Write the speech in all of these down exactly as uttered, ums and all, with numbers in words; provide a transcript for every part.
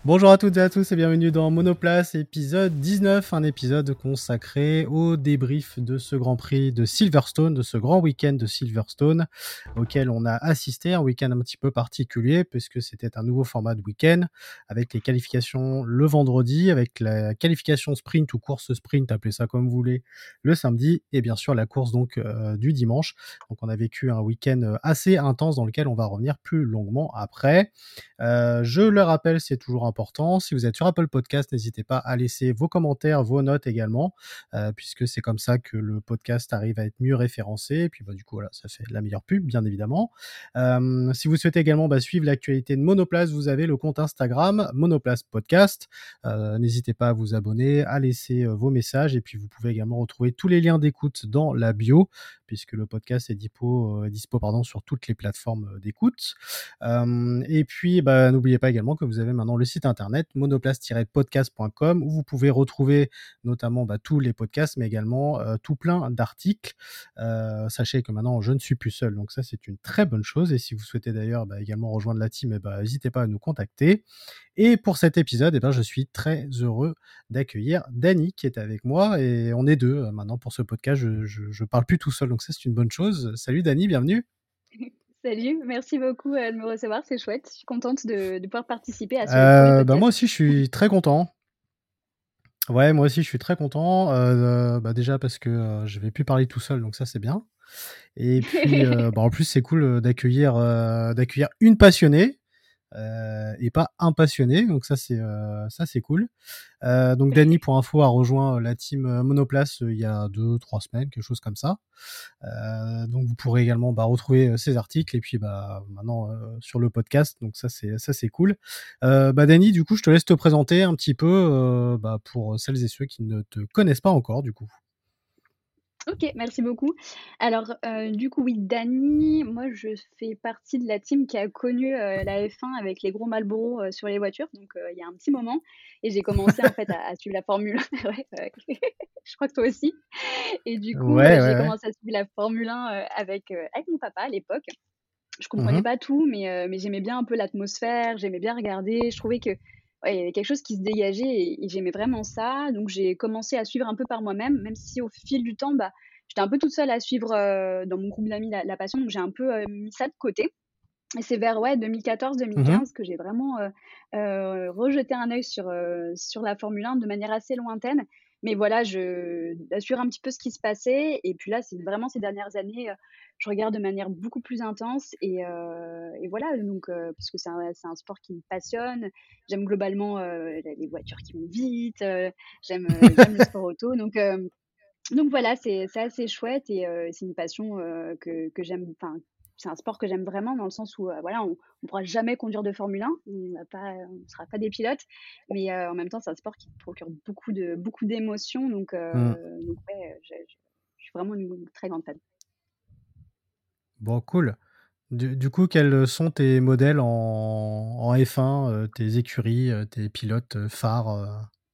Bonjour à toutes et à tous et bienvenue dans Monoplace, épisode dix-neuf, un épisode consacré au débrief de ce Grand Prix de Silverstone, de ce grand week-end de Silverstone, auquel on a assisté, un week-end un petit peu particulier, puisque c'était un nouveau format de week-end, avec les qualifications le vendredi, avec la qualification sprint ou course sprint, appelez ça comme vous voulez, le samedi, et bien sûr la course donc euh, du dimanche. Donc on a vécu un week-end assez intense dans lequel on va revenir plus longuement après. Euh, je le rappelle, c'est toujours important. Si vous êtes sur Apple Podcast, n'hésitez pas à laisser vos commentaires, vos notes également, euh, puisque c'est comme ça que le podcast arrive à être mieux référencé. Et puis, bah, du coup, voilà, ça fait la meilleure pub, bien évidemment. Euh, si vous souhaitez également bah, suivre l'actualité de Monoplace, vous avez le compte Instagram Monoplace Podcast. Euh, n'hésitez pas à vous abonner, à laisser euh, vos messages. Et puis, vous pouvez également retrouver tous les liens d'écoute dans la bio, puisque le podcast est dispo, euh, dispo pardon, sur toutes les plateformes d'écoute. Euh, et puis, bah, n'oubliez pas également que vous avez maintenant le site internet monoplace-podcast point com où vous pouvez retrouver notamment bah, tous les podcasts, mais également euh, tout plein d'articles. Euh, sachez que maintenant, je ne suis plus seul, donc ça, c'est une très bonne chose. Et si vous souhaitez d'ailleurs bah, également rejoindre la team, eh bah, n'hésitez pas à nous contacter. Et pour cet épisode, eh ben, je suis très heureux d'accueillir Dany qui est avec moi. Et on est deux euh, maintenant pour ce podcast. Je, je, je parle plus tout seul, donc ça, c'est une bonne chose. Salut Dany, bienvenue. Salut, merci beaucoup euh, de me recevoir, c'est chouette. Je suis contente de, de pouvoir participer à ce premier Euh, bah moi podcast. aussi, je suis très content. Ouais, moi aussi, je suis très content. Euh, bah déjà parce que euh, je vais plus parler tout seul, donc ça c'est bien. Et puis, euh, bah en plus, c'est cool euh, d'accueillir euh, d'accueillir une passionnée euh, et pas un passionné, donc ça c'est euh, ça c'est cool. Euh, donc Dany, pour info, a rejoint la team euh, Monoplace euh, il y a deux trois semaines, quelque chose comme ça. Euh, donc vous pourrez également bah, retrouver euh, ces articles et puis bah maintenant euh, sur le podcast. Donc ça c'est ça c'est cool. Euh, bah Dany, du coup je te laisse te présenter un petit peu euh, bah, pour celles et ceux qui ne te connaissent pas encore du coup. Ok, merci beaucoup. Alors, euh, du coup, oui, Dany, moi je fais partie de la team qui a connu euh, la F un avec les gros Marlboro euh, sur les voitures, donc euh, il y a un petit moment. Et j'ai commencé en fait à, à suivre la Formule un. Ouais, ouais. Je crois que toi aussi. Et du coup, Ouais euh, ouais j'ai ouais. commencé à suivre la Formule un euh, avec, euh, avec mon papa à l'époque. Je comprenais Mhm. pas tout, mais, heu, mais j'aimais bien un peu l'atmosphère, j'aimais bien regarder. Je trouvais que, ouais, il y avait quelque chose qui se dégageait et et j'aimais vraiment ça. Donc j'ai commencé à suivre un peu par moi-même, même si au fil du temps, bah, j'étais un peu toute seule à suivre, heu, dans mon groupe d'amis la la passion, donc j'ai un peu, heu, mis ça de côté. Et c'est vers, ouais, Mhm. deux mille quatorze-deux mille quinze que j'ai vraiment, heu heu, rejeté un œil sur, heu, sur la Formule un de manière assez lointaine. Mais voilà, je d'assure un petit peu ce qui se passait et puis là, c'est vraiment ces dernières années, heu, je regarde de manière beaucoup plus intense et heu et voilà donc heu, parce que c'est un c'est un sport qui me passionne. J'aime globalement, heu, les les voitures qui vont vite, heu, j'aime, heu, j'aime le sport auto donc hem, donc voilà, c'est c'est assez chouette et heu, c'est une passion, heu, que que j'aime enfin, c'est un sport que j'aime vraiment dans le sens où, heu, voilà, on on pourra jamais conduire de Formule un, on va pas on sera pas des pilotes, mais heu, en même temps, c'est un sport qui procure beaucoup de beaucoup d'émotions donc Mhm. heu, donc ouais, je je je suis vraiment une très grande fan. Bon cool. Du, du coup, quels sont tes modèles en, en F un, euh, tes écuries, euh, tes pilotes euh, phares euh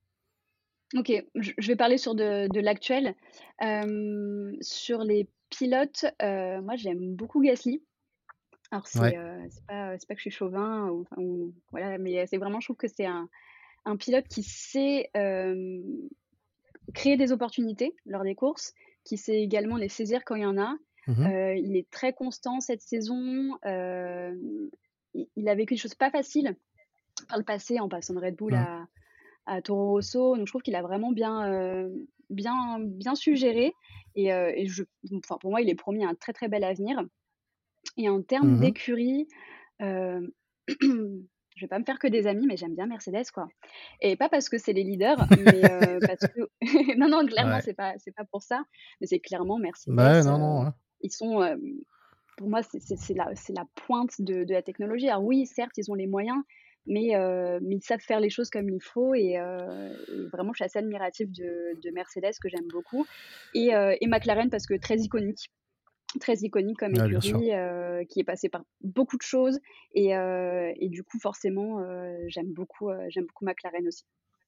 OK, je je vais parler sur de de l'actuel. Hem, sur les pilotes, heu, moi j'aime beaucoup Gasly. Alors c'est, Ouais. heu, c'est pas c'est pas que je suis chauvin ou enfin ou voilà, mais c'est vraiment je trouve que c'est un un pilote qui sait, hem, créer des opportunités lors des courses, qui sait également les saisir quand il y en a. Mhm. Heu, il est très constant cette saison, hem, il il a vécu des choses pas faciles par le passé en passant de Red Bull Mhm. à à Toro Rosso, donc je trouve qu'il a vraiment bien, heu, bien bien su gérer et heu et je enfin pour moi, il est promis un très, très bel avenir et en termes Mhm. d'écurie, hem, je vais pas me faire que des amis, mais j'aime bien Mercedes, quoi et pas parce que c'est les leaders, mais heu, parce que non, non, clairement, Ouais. c'est pas c'est pas pour ça, mais c'est clairement Mercedes, Bah ouais, non, heu, non. Ouais. ils sont, hem, pour moi, c'est c'est c'est la c'est la pointe de de la technologie. Alors oui, certes, ils ont les moyens, mais heu, mais ils savent faire les choses comme il faut et heu et vraiment, je suis assez admirative de de Mercedes que j'aime beaucoup et heu et McLaren parce que très iconique. Très iconique comme Ouais, bien sûr. écurie, heu, qui est passée par beaucoup de choses et heu et du coup forcément, heu, j'aime beaucoup, heu, j'aime beaucoup McLaren aussi.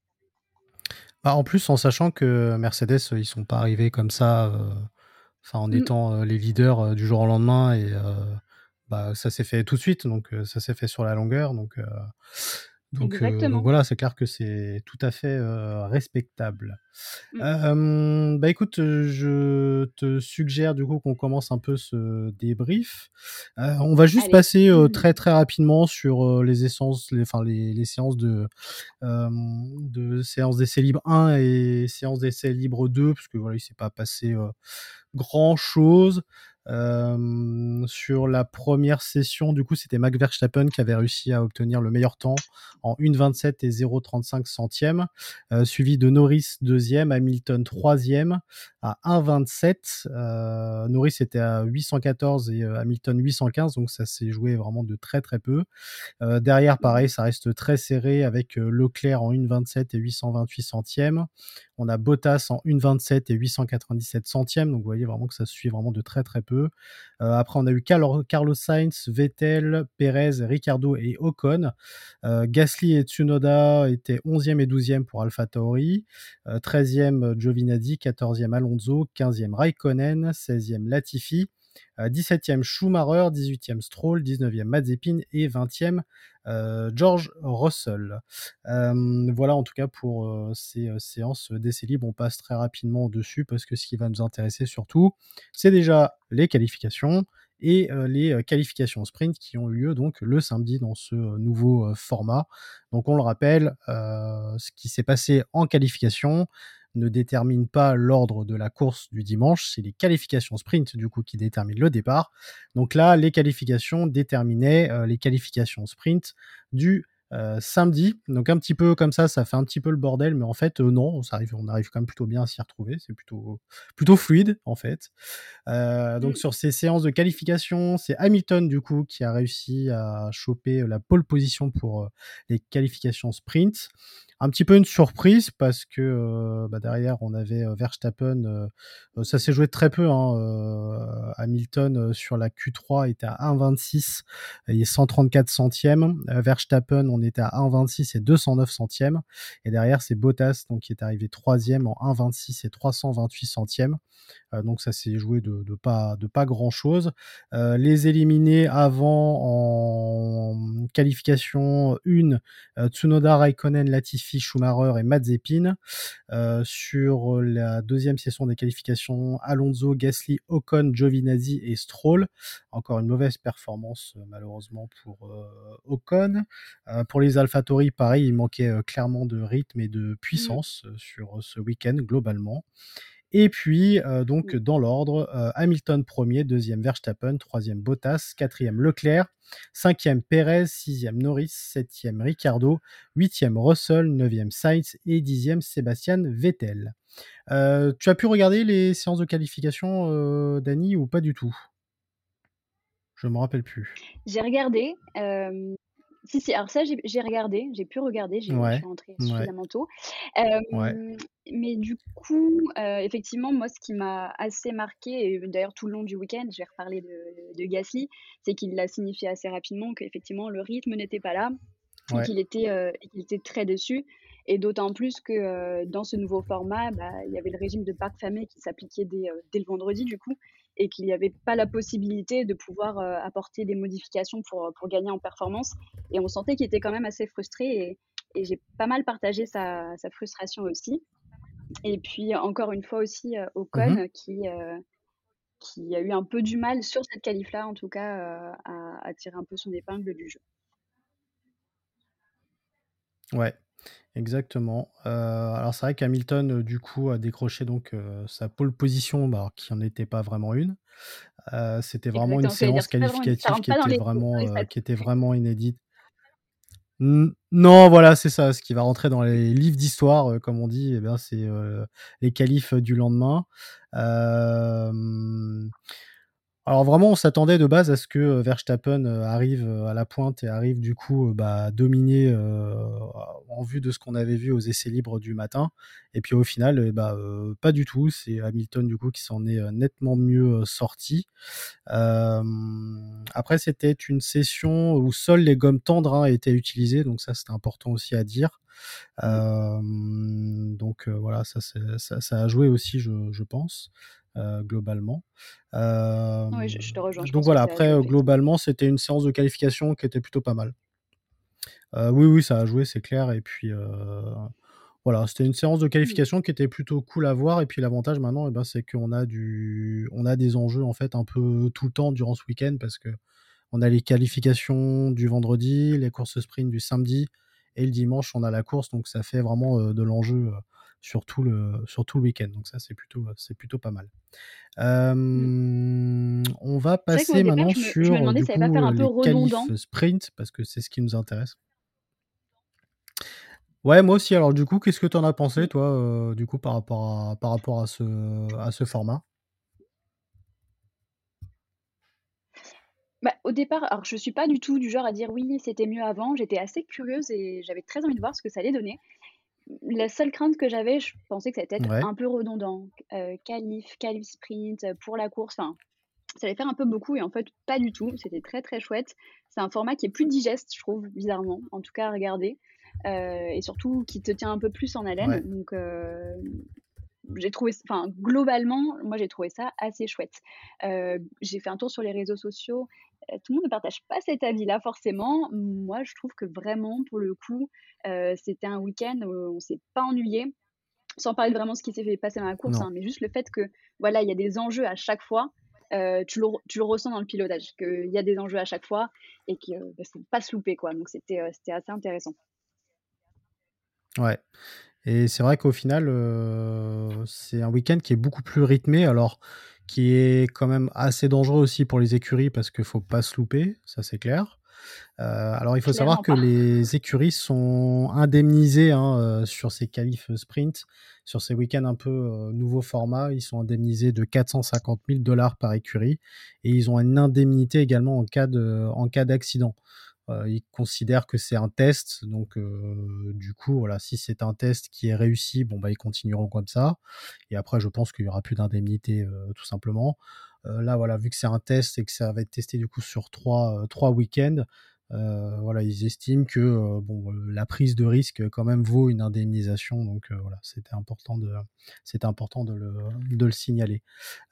Bah, en plus, en sachant que Mercedes, euh, ils sont pas arrivés comme ça, euh, enfin en Mmh, étant euh, les leaders euh, du jour au lendemain, et euh, bah, ça s'est fait tout de suite, donc euh, ça s'est fait sur la longueur. Donc, euh, Donc, heu, donc Exactement. voilà, c'est clair que c'est tout à fait, heu, respectable. Mmh. Hem, bah, écoute, heu, je te suggère du coup qu'on commence un peu ce débrief. Heu, on va juste Allez. passer, heu, très, très rapidement sur, heu, les essences, les enfin les les séances de, hem, de séances d'essai libre un et séances d'essai libre deux parce que voilà, il s'est pas passé, heu, grand chose. Hem, sur la première session, du coup, c'était Max Verstappen qui avait réussi à obtenir le meilleur temps en une vingt-sept et zéro trente-cinq centièmes, heu, suivi de Norris deuxième, Hamilton troisième à un vingt-sept. Heu, Norris était à huit cent quatorze et heu, Hamilton huit cent quinze, donc ça s'est joué vraiment de très, très peu. Heu, derrière, Mmh. pareil, ça reste très serré avec, heu, Leclerc en une vingt-sept et huit cent vingt-huit centièmes. On a Bottas en une vingt-sept et huit cent quatre-vingt-dix-sept centièmes, donc vous voyez vraiment que ça se suit vraiment de très, très peu. Heu, après, on a eu Carlo Carlos Sainz, Vettel, Perez, Ricciardo et Ocon. Heu, Gasly et Tsunoda étaient onzième et douzième pour AlphaTauri. Heu, treizième, Giovinazzi, quatorzième Alonso, quinzième Raikkonen, seizième Latifi, euh, dix-septième Schumacher, dix-huitième Stroll, dix-neuvième Mazepin et vingtième euh, George Russell. Euh, voilà en tout cas pour euh, ces euh, séances d'essai libre. On passe très rapidement dessus parce que ce qui va nous intéresser surtout, c'est déjà les qualifications et euh, les euh, qualifications sprint qui ont eu lieu donc le samedi dans ce euh, nouveau euh, format. Donc on le rappelle, euh, ce qui s'est passé en qualification ne détermine pas l'ordre de la course du dimanche, c'est les qualifications sprint du coup qui déterminent le départ. Donc là, les qualifications déterminaient euh, les qualifications sprint du euh, samedi. Donc un petit peu comme ça, ça fait un petit peu le bordel, mais en fait euh, non, on arrive, on arrive quand même plutôt bien à s'y retrouver. C'est plutôt plutôt fluide en fait. Euh, donc Mmh. sur ces séances de qualification, c'est Hamilton du coup qui a réussi à choper la pole position pour euh, les qualifications sprint. Un petit peu une surprise parce que euh, bah, derrière on avait euh, Verstappen, euh, euh, ça s'est joué de très peu. Hein, euh, Hamilton euh, sur la Q trois était à un vingt-six et cent trente-quatre centièmes. Euh, Verstappen on était à un vingt-six et deux cent neuf centièmes. Et derrière c'est Bottas donc qui est arrivé troisième en un vingt-six et trois cent vingt-huit centièmes. Euh, donc ça s'est joué de, de pas de pas grand chose. Euh, les éliminés avant en qualification un, euh, Tsunoda, Raikkonen, Latifi, Schumacher et Mazepin. Euh, sur la deuxième session des qualifications, Alonso, Gasly, Ocon, Giovinazzi et Stroll. Encore une mauvaise performance euh, malheureusement pour euh, Ocon. Euh, pour les AlphaTauri, pareil, il manquait euh, clairement de rythme et de Mmh. puissance euh, sur ce week-end globalement. Et puis, euh, donc, Mmh. dans l'ordre, euh, Hamilton premier, deuxième Verstappen, troisième Bottas, quatrième Leclerc, cinquième Perez, sixième Norris, septième Ricciardo, huitième Russell, neuvième Sainz et dixième Sébastien Vettel. Euh, tu as pu regarder les séances de qualification, euh, Dany, ou pas du tout? Je me rappelle plus. J'ai regardé, hem, si, si, alors ça, j'ai j'ai regardé, j'ai pu regarder, j'ai je suis Ouais, rentrée ouais, suffisamment tôt. ouais, Hem, mais du coup, heu, effectivement, moi, ce qui m'a assez marqué et d'ailleurs tout le long du week-end, je vais reparler de de Gasly, c'est qu'il l'a signifié assez rapidement qu'effectivement le rythme n'était pas là et ouais. qu'il était, heu et qu'il était très déçu et d'autant plus que, heu, dans ce nouveau format, bah, il y avait le régime de parc fermé qui s'appliquait dès, heu, dès le vendredi du coup et qu'il n'y avait pas la possibilité de pouvoir, heu, apporter des modifications pour, heu, pour gagner en performance et on sentait qu'il était quand même assez frustré et et j'ai pas mal partagé sa sa frustration aussi et puis encore une fois aussi, heu, Mhm. Ocon qui, heu, qui a eu un peu du mal sur cette qualif là en tout cas, heu, à à tirer un peu son épingle du jeu. Ouais. Exactement. Heu, alors c'est vrai qu'Hamilton, heu, du coup, a décroché donc, heu, sa pole position, bah, alors qui en était pas vraiment une. Heu, c'était vraiment une Exactement, ce que j'allais dire, séance c'est pas vraiment une ça qualificative rentre qui pas dans était les dans vraiment, les heu, stats. qui était vraiment inédite. N non, voilà, c'est ça, ce qui va rentrer dans les livres d'histoire, heu, comme on dit, eh bien, c'est, heu, les qualifs, du lendemain. Hem Alors vraiment, on s'attendait de base à ce que, heu, Verstappen, heu, arrive, heu, à la pointe et arrive du coup, heu, bah, dominer, heu, en vue de ce qu'on avait vu aux essais libres du matin et puis au final, et bah, heu, pas du tout. C'est Hamilton du coup qui s'en est, heu, nettement mieux, heu, sorti. Hem, après c'était une session où seules les gommes tendres, hein, étaient utilisées, donc ça c'était important aussi à dire. Mmh. Hem, donc heu, voilà, ça c'est ça ça a joué aussi je je pense, heu, globalement. Oui, je Hem, je te rejoins, je donc pense que voilà, ça a après, joué heu, effectivement. globalement, c'était une séance de qualification qui était plutôt pas mal. Euh, oui, oui, ça a joué, c'est clair. Et puis, euh, voilà, c'était une séance de Mmh. qualification qui était plutôt cool à voir. Et puis, l'avantage maintenant, eh ben, c'est qu'on a, du... on a des enjeux en fait un peu tout le temps durant ce week-end parce que on a les qualifications du vendredi, les courses sprint du samedi, et le dimanche, on a la course. Donc, ça fait vraiment euh, de l'enjeu euh, sur tout le, sur tout le week-end. Donc, ça, c'est plutôt, c'est plutôt pas mal. Euh, Mmh. on va C'est vrai que moi, au passer départ, maintenant je me je me sur, euh, demandais du si ça allait pas coup, faire euh, un peu les redondant. qualifs sprint parce que c'est ce qui nous intéresse. Ouais, moi aussi. Alors, du coup, qu'est-ce que tu en as pensé, Mmh. toi, euh, du coup, par rapport à, par rapport à ce, à ce format? Bah, au départ, alors je suis pas du tout du genre à dire: «Oui, c'était mieux avant». J'étais assez curieuse et j'avais très envie de voir ce que ça allait donner. La seule crainte que j'avais, je pensais que ça allait être Ouais, un peu redondant. Heu, qualif, qualif sprint, heu, pour la course, enfin, ça allait faire un peu beaucoup et en fait, pas du tout. C'était très, très chouette. C'est un format qui est plus digeste, je trouve, bizarrement, en tout cas à regarder, heu et surtout qui te tient un peu plus en haleine ouais, donc heu, j'ai trouvé enfin, globalement, moi, j'ai trouvé ça assez chouette. Heu, j'ai fait un tour sur les réseaux sociaux, heu, tout le monde ne partage pas cet avis-là forcément. Moi, je trouve que vraiment, pour le coup, heu, c'était un week-end où on s'est pas ennuyé. Sans parler de vraiment ce qui s'est fait passer dans la course, non. hein, mais juste le fait que, voilà, il y a des enjeux à chaque fois, heu, tu le re tu le ressens dans le pilotage, qu'il y a des enjeux à chaque fois et que, bah, faut pas se louper, quoi. Donc c'était, heu, c'était assez intéressant. Ouais. Et c'est vrai qu'au final, euh, c'est un week-end qui est beaucoup plus rythmé, alors qui est quand même assez dangereux aussi pour les écuries parce qu'il faut pas se louper, ça c'est clair. Euh, alors il faut savoir Clairement que pas. les écuries sont indemnisées hein, euh, sur ces qualifs sprint, sur ces week-ends un peu euh, nouveau format, ils sont indemnisés de quatre cent cinquante mille dollars par écurie et ils ont une indemnité également en cas de, en cas d'accident. Euh, ils considèrent que c'est un test, donc euh, du coup, voilà, si c'est un test qui est réussi, bon bah ils continueront comme ça. Et après, je pense qu'il y aura plus d'indemnité, euh, tout simplement. Euh, là, voilà, vu que c'est un test et que ça va être testé du coup sur trois, euh, trois week-ends, euh, voilà, ils estiment que euh, bon, euh, la prise de risque quand même vaut une indemnisation. Donc euh, voilà, c'était important de, c'était important de le, de le signaler.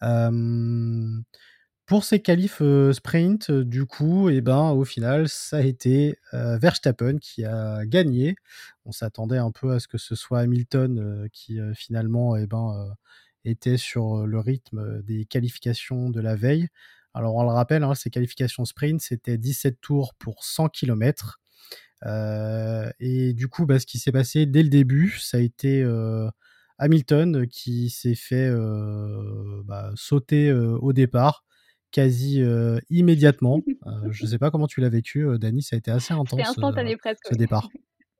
Euh, pour ces qualifs euh, sprint, euh, du coup, et ben, au final, ça a été euh, Verstappen qui a gagné. On s'attendait un peu à ce que ce soit Hamilton euh, qui euh, finalement eh ben, euh, était sur le rythme des qualifications de la veille. Alors on le rappelle, hein, ces qualifications sprint, c'était dix-sept tours pour cent kilomètres. Euh, et du coup, bah, ce qui s'est passé dès le début, ça a été euh, Hamilton qui s'est fait euh, bah, sauter euh, au départ quasi euh, immédiatement. Euh, je ne sais pas comment tu l'as vécu, euh, Dani, ça a été assez C'était intense euh, instantané presque, ce oui. départ.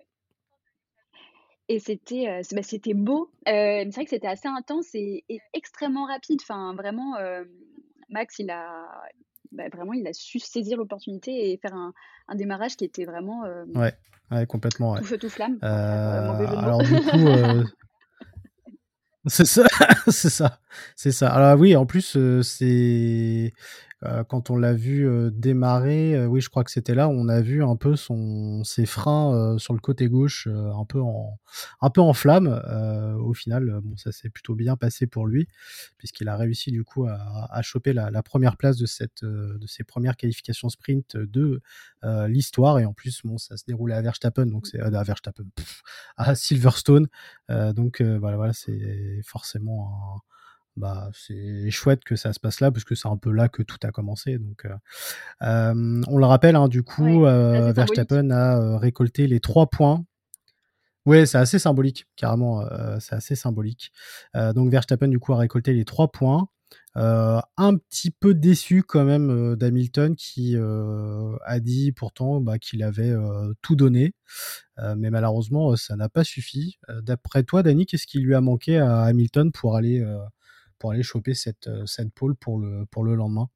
Et c'était, heu, c bah, c'était beau, heu, mais c'est vrai que c'était assez intense et et extrêmement rapide. Enfin, vraiment, hem, Max, il a bah, vraiment, il a su saisir l'opportunité et faire un un démarrage qui était vraiment, hem, Ouais, ouais, complètement, ouais. tout feu tout flamme, Euh, sans faire, heu, mauvais jeu de mots. alors du coup, euh, c'est ça, c'est ça, c'est ça. Alors oui, en plus, heu, c'est, heu, quand on l'a vu, heu, démarrer, heu, oui, je crois que c'était là où on a vu un peu son ses freins, heu, sur le côté gauche, heu, un peu en un peu en flammes. Heu, au final, heu, bon, ça s'est plutôt bien passé pour lui, puisqu'il a réussi du coup à à choper la la première place de cette, heu, de ses premières qualifications sprint de, heu, l'histoire et en plus, bon, ça se déroulait à Verstappen, donc c'est, heu, à Verstappen, pff, à Silverstone. Euh, donc euh, voilà, voilà, c'est forcément un- bah, c'est chouette que ça se passe là parce que c'est un peu là que tout a commencé. Donc euh, euh, on le rappelle, hein, du coup, Ouais, c'est euh, assez symbolique. Verstappen a euh, récolté les trois points. Ouais, c'est assez symbolique, carrément, euh, c'est assez symbolique. Euh, donc Verstappen, du coup, a récolté les trois points. Euh, un petit peu déçu quand même euh, d'Hamilton qui euh, a dit pourtant bah, qu'il avait euh, tout donné. Euh, mais malheureusement, euh, ça n'a pas suffi. Euh, d'après toi, Dani, qu'est-ce qui lui a manqué à Hamilton pour aller, euh, pour aller choper cette, euh, cette pole pour le, pour le lendemain?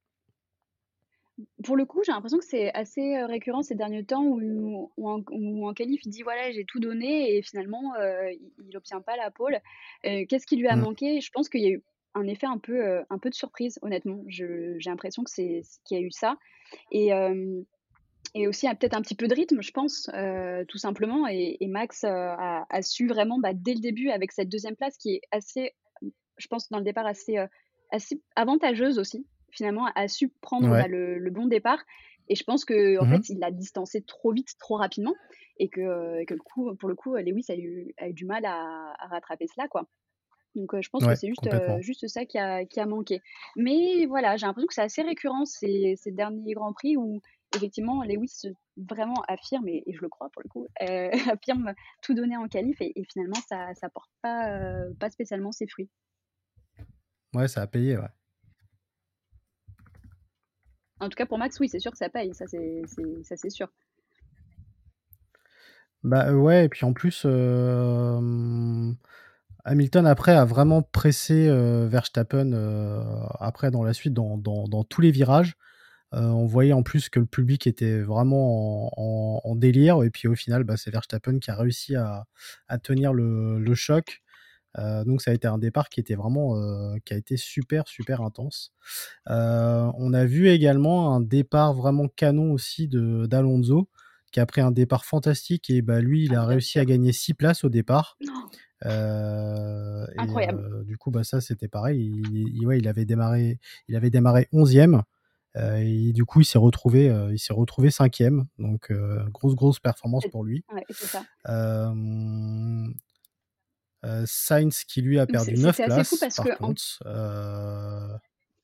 Pour le coup, j'ai l'impression que c'est assez, heu, récurrent ces derniers temps où où en où en qualif, il dit: «Voilà, j'ai tout donné» et finalement, heu, il il obtient pas la pole. Heu, qu'est-ce qui lui a Mm. manqué? Je pense qu'il y a eu un effet un peu, heu, un peu de surprise, honnêtement. Je j'ai l'impression que c'est qu'il y a eu ça et hem et aussi, ah, peut-être un petit peu de rythme, je pense, heu, tout simplement et et Max, heu, a a su vraiment, bah, dès le début avec cette deuxième place qui est assez, je pense, dans le départ assez, heu, assez avantageuse aussi finalement a su prendre bah, Ouais. le, le bon départ. Et je pense que en Mmh. fait, il l'a distancé trop vite, trop rapidement, et que, euh, et que le coup, pour le coup, Lewis a eu, a eu du mal à, à rattraper cela, quoi. Donc, heu, je pense que Ouais, c'est juste, heu, complètement. juste ça qui a qui a manqué. Mais voilà, j'ai l'impression que c'est assez récurrent ces ces derniers grands prix où effectivement Lewis, heu, vraiment affirme et et je le crois pour le coup, heu, affirme tout donner en qualif et et finalement ça ça porte pas, heu, pas spécialement ses fruits. Ouais, ça a payé, ouais. En tout cas pour Max, oui, c'est sûr que ça paye, ça c'est c'est ça c'est sûr. Bah, heu, ouais et puis en plus, hem, Hamilton après a vraiment pressé, heu, Verstappen, heu, après dans la suite dans dans dans tous les virages. Heu, on voyait en plus que le public était vraiment en en en délire et puis au final, bah, c'est Verstappen qui a réussi à à tenir le le choc. Heu, donc ça a été un départ qui était vraiment, heu, qui a été super, super intense. Heu, on a vu également un départ vraiment canon aussi de d'Alonso, qui a pris un départ fantastique et bah, lui, il Ah a bien réussi à sûr. gagner six places au départ. Oh, Heu et incroyable. heu, du coup, bah, ça, c'était pareil. Il il ouais, il avait démarré il avait démarré onzième, heu et du coup, il s'est retrouvé, heu, il s'est retrouvé cinquième. Donc heu, grosse, grosse performance C'est pour lui. ouais, c'est ça. Hem, heu, Sainz qui lui a Donc c'est perdu c'est neuf c'est assez fou places parce par qu'en contre, heu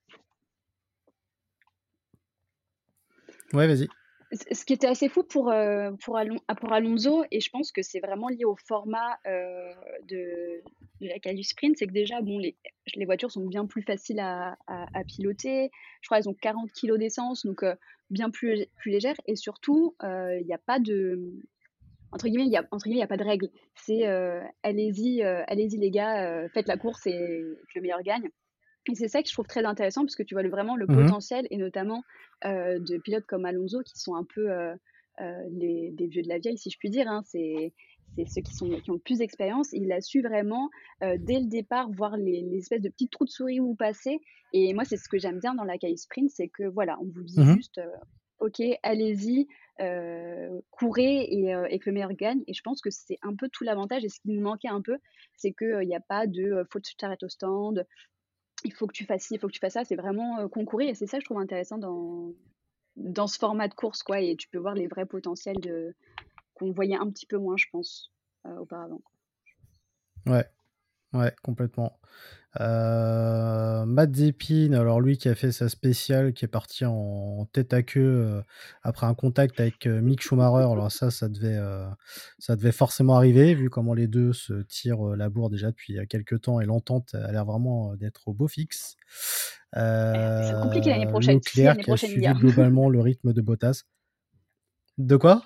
ouais, vas-y. Ce ce qui était assez fou pour, heu, pour Alon ah, pour Alonso et je pense que c'est vraiment lié au format, heu, de de la qualif sprint, c'est que déjà, bon, les les voitures sont bien plus faciles à à à piloter. Je crois elles ont quarante kilos d'essence, donc heu, bien plus lég plus légères et surtout, heu, il y a pas de, mmh, entre guillemets, il y a entre guillemets, il y a pas de règle. C'est, heu, allez-y, heu, allez-y les gars, heu, faites la course et que le meilleur gagne. Et c'est ça que je trouve très intéressant parce que tu vois le vraiment le Mmh mh. potentiel et notamment, heu, de pilotes comme Alonso qui sont un peu, heu heu, les des vieux de la vieille si je puis dire, hein. C'est c'est ceux qui sont qui ont le plus d'expérience. Il a su vraiment, heu, dès le départ voir les les espèces de petits trous de souris où passer et moi c'est ce que j'aime bien dans la Cali Sprint, c'est que voilà, on vous dit Mmh. juste, heu: «OK, allez-y, heu, courez et heu, et que le meilleur gagne» et je pense que c'est un peu tout l'avantage et ce qui nous manquait un peu, c'est qu'il y a pas de, heu: «Faut que tu t'arrêtes au stand, il faut que tu fasses ci, il faut que tu fasses ça, c'est vraiment, heu, concourir et c'est ça que je trouve intéressant dans dans ce format de course, quoi et tu peux voir les vrais potentiels de qu'on voyait un petit peu moins, je pense, heu, auparavant. Ouais, ouais, complètement. Heu, Mazepin, alors lui qui a fait sa spéciale, qui est parti en tête à queue, heu, après un contact avec, heu, Mick Schumacher. Alors ça, ça devait, heu, ça devait forcément arriver vu comment les deux se tirent, heu, la bourre déjà depuis, heu, quelque temps et l'entente a l'air vraiment, heu, d'être au beau fixe. Eh, ça va être compliqué l'année Heu, prochaine, si Leclerc l'année qui a prochaine il y suivi a. globalement le rythme de Bottas. De quoi?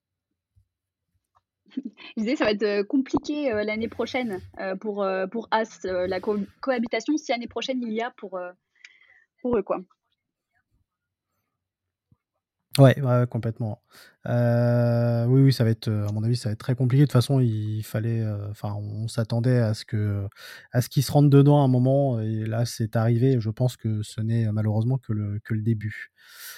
Je disais ça va être, heu, compliqué, heu, l'année prochaine, heu, pour, heu, pour As, heu, la co cohabitation, si l'année prochaine il y a pour, heu, pour eux, quoi. Ouais, ouais, ouais, complètement. Heu, oui, oui, ça va être, heu, à mon avis, ça va être très compliqué. De toute façon, il fallait, heu, enfin, on s'attendait à ce que à ce qu'ils se rentrent dedans à un moment et là, c'est arrivé. Je pense que ce n'est malheureusement que le que le début.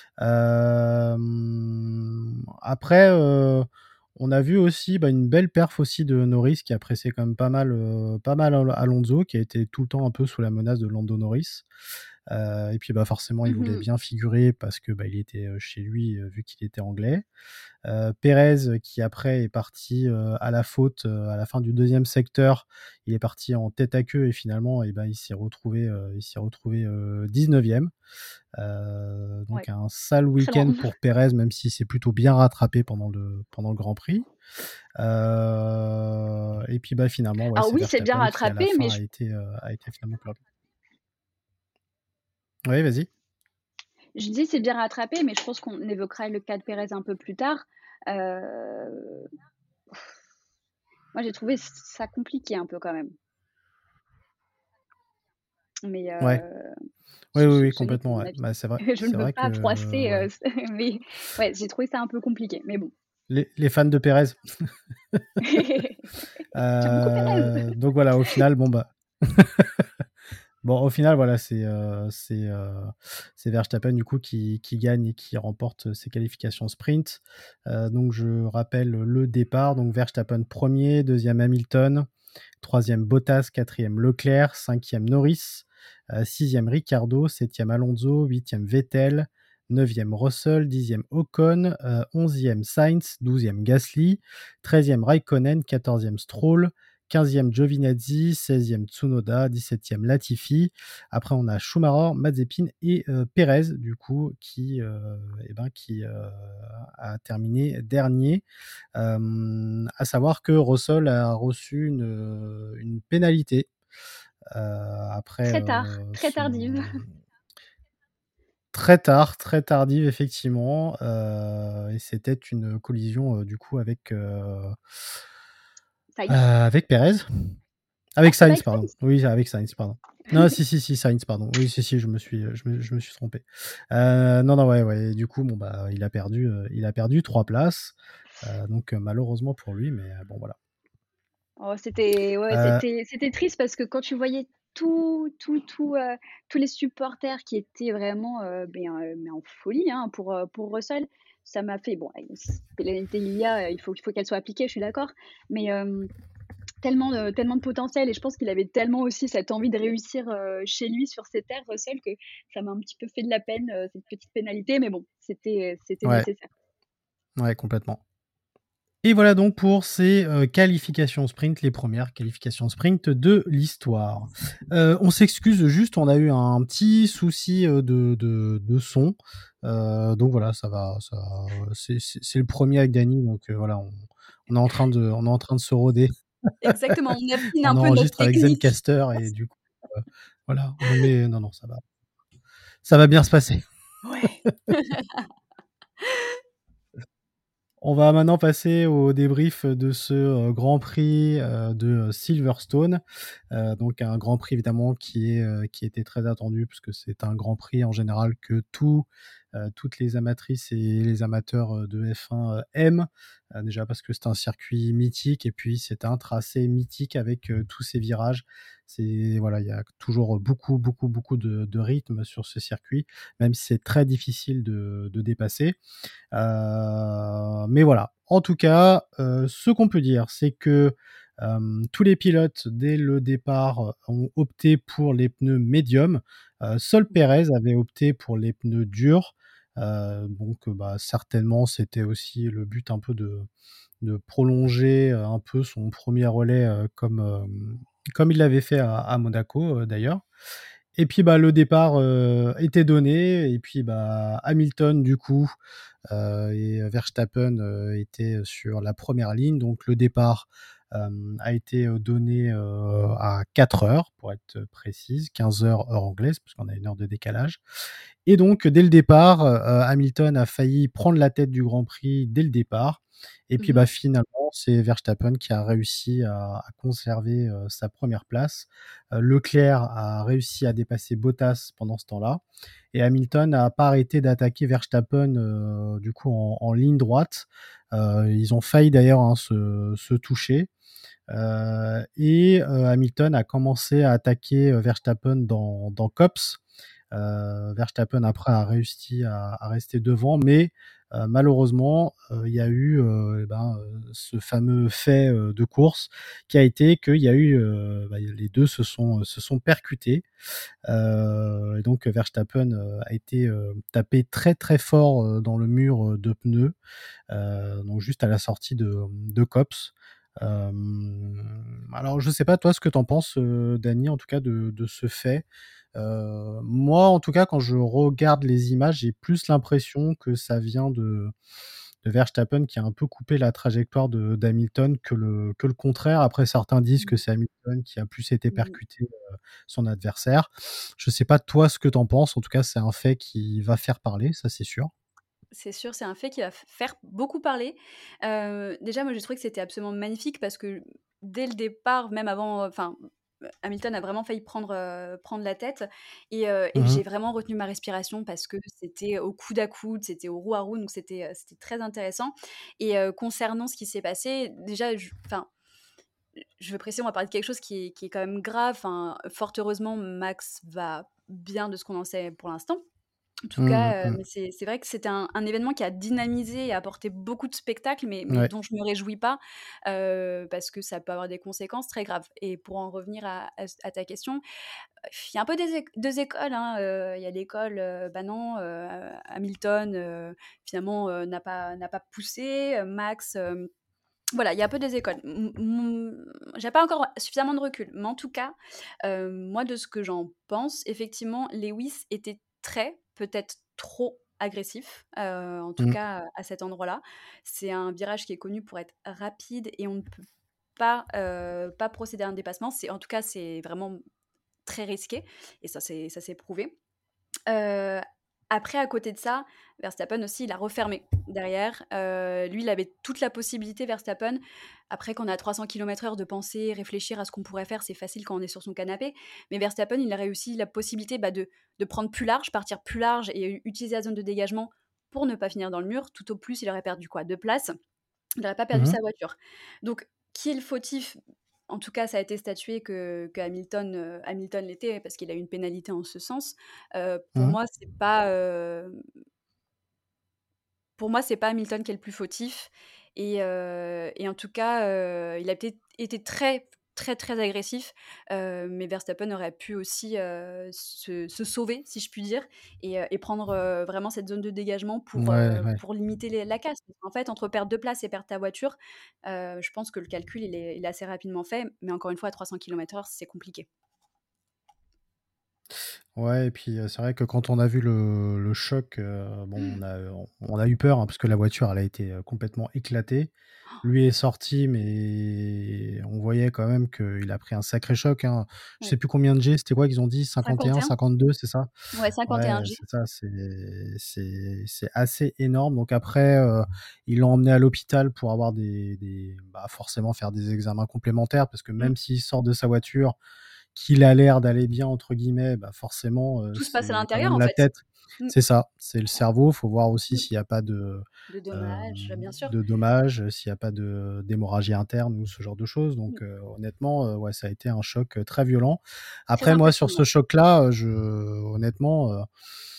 Hem, après, heu, on a vu aussi, bah, une belle perf aussi de Norris qui a pressé quand même pas mal, heu, pas mal Al Alonso, qui a été tout le temps un peu sous la menace de Lando Norris. Heu et puis, bah, forcément, il voulait Mmh. bien figurer parce que, bah, il était, heu, chez lui, heu, vu qu'il était anglais. Heu, Pérez, heu, qui après est parti, heu, à la faute, heu, à la fin du deuxième secteur. Il est parti en tête à queue et finalement et ben, il s'est retrouvé, heu, il s'est retrouvé, heu, dix-neuvième. Heu, donc Ouais, un sale très loin. week-end pour Pérez, même si c'est plutôt bien rattrapé pendant le pendant le Grand Prix. Heu et puis, bah, finalement, ouais, Alors c'est oui, c'est bien Verstappen qui à la rattrapé, mais fin a je été, heu, a été finalement perdu. Oui, vas-y. je dis c'est bien rattrapé, mais je pense qu'on évoquera le cas de Pérez un peu plus tard. Heu, moi j'ai trouvé ça compliqué un peu quand même. Mais Ouais. heu, Oui, ce oui, ce oui, ce n'est que complètement, mon ouais. avis. Bah, c'est vrai Je ne c'est veux vrai pas que, froisser, ouais, heu, mais ouais, j'ai trouvé ça un peu compliqué, mais bon. les les fans de Pérez. J'aime beaucoup Pérez. Heu, donc voilà, au final, bon, bah bon, au final, voilà, c'est, heu, c'est, heu, c'est Verstappen, du coup, qui qui gagne et qui remporte ses qualifications sprint. Heu, donc je rappelle le départ, donc Verstappen premier, deuxième Hamilton, troisième Bottas, quatrième Leclerc, cinquième Norris, Euh, sixième Ricardo, septième Alonso, huitième Vettel, neuvième Russell, dixième Ocon, euh, onzième Sainz, douzième Gasly, treizième Raikkonen, quatorzième Stroll, quinzième Giovinazzi, seizième Tsunoda, dix-septième Latifi. Après, on a Schumacher, Mazepin et euh, Perez, du coup, qui, euh, eh ben, qui euh, a terminé dernier. Euh, à savoir que Russell a reçu une, une pénalité euh, après Très tard, euh, très tardive. son très tard, très tardive effectivement, euh, et c'était une collision euh, du coup avec euh, Sainz. euh, avec Perez, Ah, avec c'était pas Sainz avec pardon. Sainz? Oui, avec Sainz pardon. Non, si si si Sainz pardon. Oui, si si, je me suis je me, je me suis trompé. Euh, non non ouais ouais. Du coup bon bah il a perdu euh, il a perdu trois places. Euh, donc euh, malheureusement pour lui, mais euh, bon voilà. Oh, c'était ouais, Euh, c'était c'était triste parce que quand tu voyais tout tout tout, heu, tous les supporters qui étaient vraiment, heu, ben, heu, mais en folie, hein, pour, heu, pour Russell, ça m'a fait bon, allez, s pénalité il y a, il faut il faut qu'elle soit appliquée, je suis d'accord. Mais, hem, tellement de tellement de potentiel et je pense qu'il avait tellement aussi cette envie de réussir, heu, chez lui sur ses terres, Russell, que ça m'a un petit peu fait de la peine, heu, cette petite pénalité, mais bon, c'était, c'était ouais nécessaire. ouais complètement. Et voilà donc pour ces euh, qualifications sprint, les premières qualifications sprint de l'histoire. Euh, on s'excuse juste, on a eu un petit souci euh, de, de, de son. Euh, donc voilà, ça va, ça, c'est, c'est, c'est le premier avec Dany, donc euh, voilà, on, on est en train de, on est en train de se roder. Exactement, on affine un On peu notre enregistre avec technique. Zencaster et du coup, euh, voilà, on met, non non, ça va, ça va bien se passer. Ouais. On va maintenant passer au débrief de ce euh, Grand Prix euh, de Silverstone. Euh, donc un Grand Prix évidemment qui est euh, qui était très attendu puisque c'est un Grand Prix en général que tout, euh, toutes les amatrices et les amateurs euh, de F un euh, aiment. Euh, déjà parce que c'est un circuit mythique et puis c'est un tracé mythique avec euh, tous ces virages. C'est voilà, il y a toujours beaucoup beaucoup beaucoup de, de rythme sur ce circuit, même si c'est très difficile de, de dépasser. Euh, mais voilà. En tout cas, euh, ce qu'on peut dire, c'est que euh, tous les pilotes, dès le départ, ont opté pour les pneus médiums. Euh, seul Perez avait opté pour les pneus durs. Euh, donc, bah, certainement, c'était aussi le but un peu de, de prolonger euh, un peu son premier relais euh, comme, euh, comme il l'avait fait à, à Monaco, euh, d'ailleurs. Et puis, bah, le départ euh, était donné. Et puis, bah, Hamilton, du coup, euh, et Verstappen euh, était sur la première ligne. Donc le départ euh, a été donné euh, à quatre heures, pour être précise, quinze heures heure anglaise, puisqu'on a une heure de décalage. Et donc, dès le départ, euh, Hamilton a failli prendre la tête du Grand Prix dès le départ. Et puis, Mmh. bah, finalement, c'est Verstappen qui a réussi à, à conserver euh, sa première place. Euh, Leclerc a réussi à dépasser Bottas pendant ce temps-là. Et Hamilton n'a pas arrêté d'attaquer Verstappen euh, du coup en, en ligne droite. Euh, ils ont failli d'ailleurs hein, se, se toucher. Euh, et euh, Hamilton a commencé à attaquer euh, Verstappen dans, dans Copse. Euh, Verstappen après a réussi à, à rester devant, mais euh, malheureusement, euh, il y a eu euh, eh ben, euh, ce fameux fait euh, de course qui a été qu'il y a eu euh, bah, les deux se sont se sont percutés. Euh, et donc Verstappen euh, a été euh, tapé très très fort euh, dans le mur euh, de pneus, euh, donc juste à la sortie de, de Copse. Euh, alors je sais pas toi ce que t'en penses, euh, Dany, en tout cas de, de ce fait. Euh, moi, en tout cas, quand je regarde les images, j'ai plus l'impression que ça vient de, de Verstappen qui a un peu coupé la trajectoire de d'Hamilton que le, que le contraire. Après, certains disent que Mmh. c'est Hamilton qui a plus été Mmh. percuté euh, son adversaire. Je sais pas toi ce que t'en penses. En tout cas, c'est un fait qui va faire parler, ça c'est sûr. C'est sûr, c'est un fait qui va f faire beaucoup parler. Heu, déjà, moi, j'ai trouvé que c'était absolument magnifique parce que dès le départ, même avant, enfin, heu, Hamilton a vraiment failli prendre, heu, prendre la tête et heu et Mhm. j'ai vraiment retenu ma respiration parce que c'était au coude à coude, c'était au roue à roue, donc c'était, heu, c'était très intéressant et heu, concernant ce qui s'est passé, déjà, je enfin, je veux préciser, on va parler de quelque chose qui est qui est quand même grave. Enfin, fort heureusement, Max va bien de ce qu'on en sait pour l'instant. En tout Mmh cas, heu, mh. mais c'est c'est vrai que c'était un un événement qui a dynamisé et apporté beaucoup de spectacles, mais mais Ouais. dont je me réjouis pas, heu, parce que ça peut avoir des conséquences très graves. Et pour en revenir à à à ta question, il y a un peu des éc deux écoles, hein, heu, il y a l'école, heu, bah non, heu, Hamilton, heu, finalement, heu, n'a pas n'a pas poussé, heu, Max, hem, voilà, il y a un peu des écoles. M m j'ai pas encore suffisamment de recul, mais en tout cas, heu, moi de ce que j'en pense, effectivement, Lewis était très, peut-être trop agressif, heu, en tout Mmh. cas à cet endroit-là. C'est un virage qui est connu pour être rapide et on ne peut pas, heu, pas procéder à un dépassement. C'est en tout cas, c'est vraiment très risqué et ça s'est ça s'est prouvé. Heu, après à côté de ça, Verstappen aussi, il a refermé derrière. Heu, lui, il avait toute la possibilité, Verstappen. Après, quand on est à trois cents kilomètres heure, de penser, réfléchir à ce qu'on pourrait faire, c'est facile quand on est sur son canapé. Mais Verstappen, il a réussi la possibilité, bah, de de prendre plus large, partir plus large et u utiliser la zone de dégagement pour ne pas finir dans le mur. Tout au plus, il aurait perdu quoi? deux places. Il n'aurait pas perdu Mmh sa mh. voiture. Donc qui est le fautif? En tout cas, ça a été statué que que Hamilton, heu, Hamilton l'était parce qu'il a eu une pénalité en ce sens. Heu, pour Mmh. moi, c'est pas, hem, pour moi, c'est pas Hamilton qui est le plus fautif et heu et en tout cas, heu, il a peut-être été très, très, très agressif, heu, mais Verstappen aurait pu aussi, heu, se se sauver, si je puis dire et heu et prendre, heu, vraiment cette zone de dégagement pour, Ouais, heu, ouais. pour limiter les la casse. En fait, entre perdre deux places et perdre ta voiture, heu, je pense que le calcul, il est il est assez rapidement fait, mais encore une fois, à trois cents kilomètres heure, c'est compliqué. Ouais et puis, heu, c'est vrai que quand on a vu le le choc, heu, bon, on a on on a eu peur, hein, parce que la voiture, elle a été, heu, complètement éclatée. Lui est sorti, mais on voyait quand même qu'il a pris un sacré choc, hein. Je sais Ouais. plus combien de G, c'était quoi qu'ils ont dit? cinquante et un, cinquante et un? cinquante-deux, c'est ça? Ouais, Ouais, cinquante et un G. c'est ça, c'est c'est c'est assez énorme. Donc après, heu, ils l'ont emmené à l'hôpital pour avoir des des bah, forcément faire des examens complémentaires parce que Mmh. même s'il sort de sa voiture, qu'il a l'air d'aller bien entre guillemets, bah, forcément, heu, Tout se passe à c'est quand l'intérieur, même en la fait. tête. Mmh. C'est ça, c'est le cerveau. Faut voir aussi Mmh. s'il y a pas de, De dommages, hem, bien sûr. de dommages, s'il y a pas de d'hémorragie interne ou ce genre de choses. Mmh. Donc, heu, honnêtement, heu, ouais, ça a été un choc, heu, très violent. Très Après moi, sur ce impressionnant. choc-là, heu, je honnêtement, heu,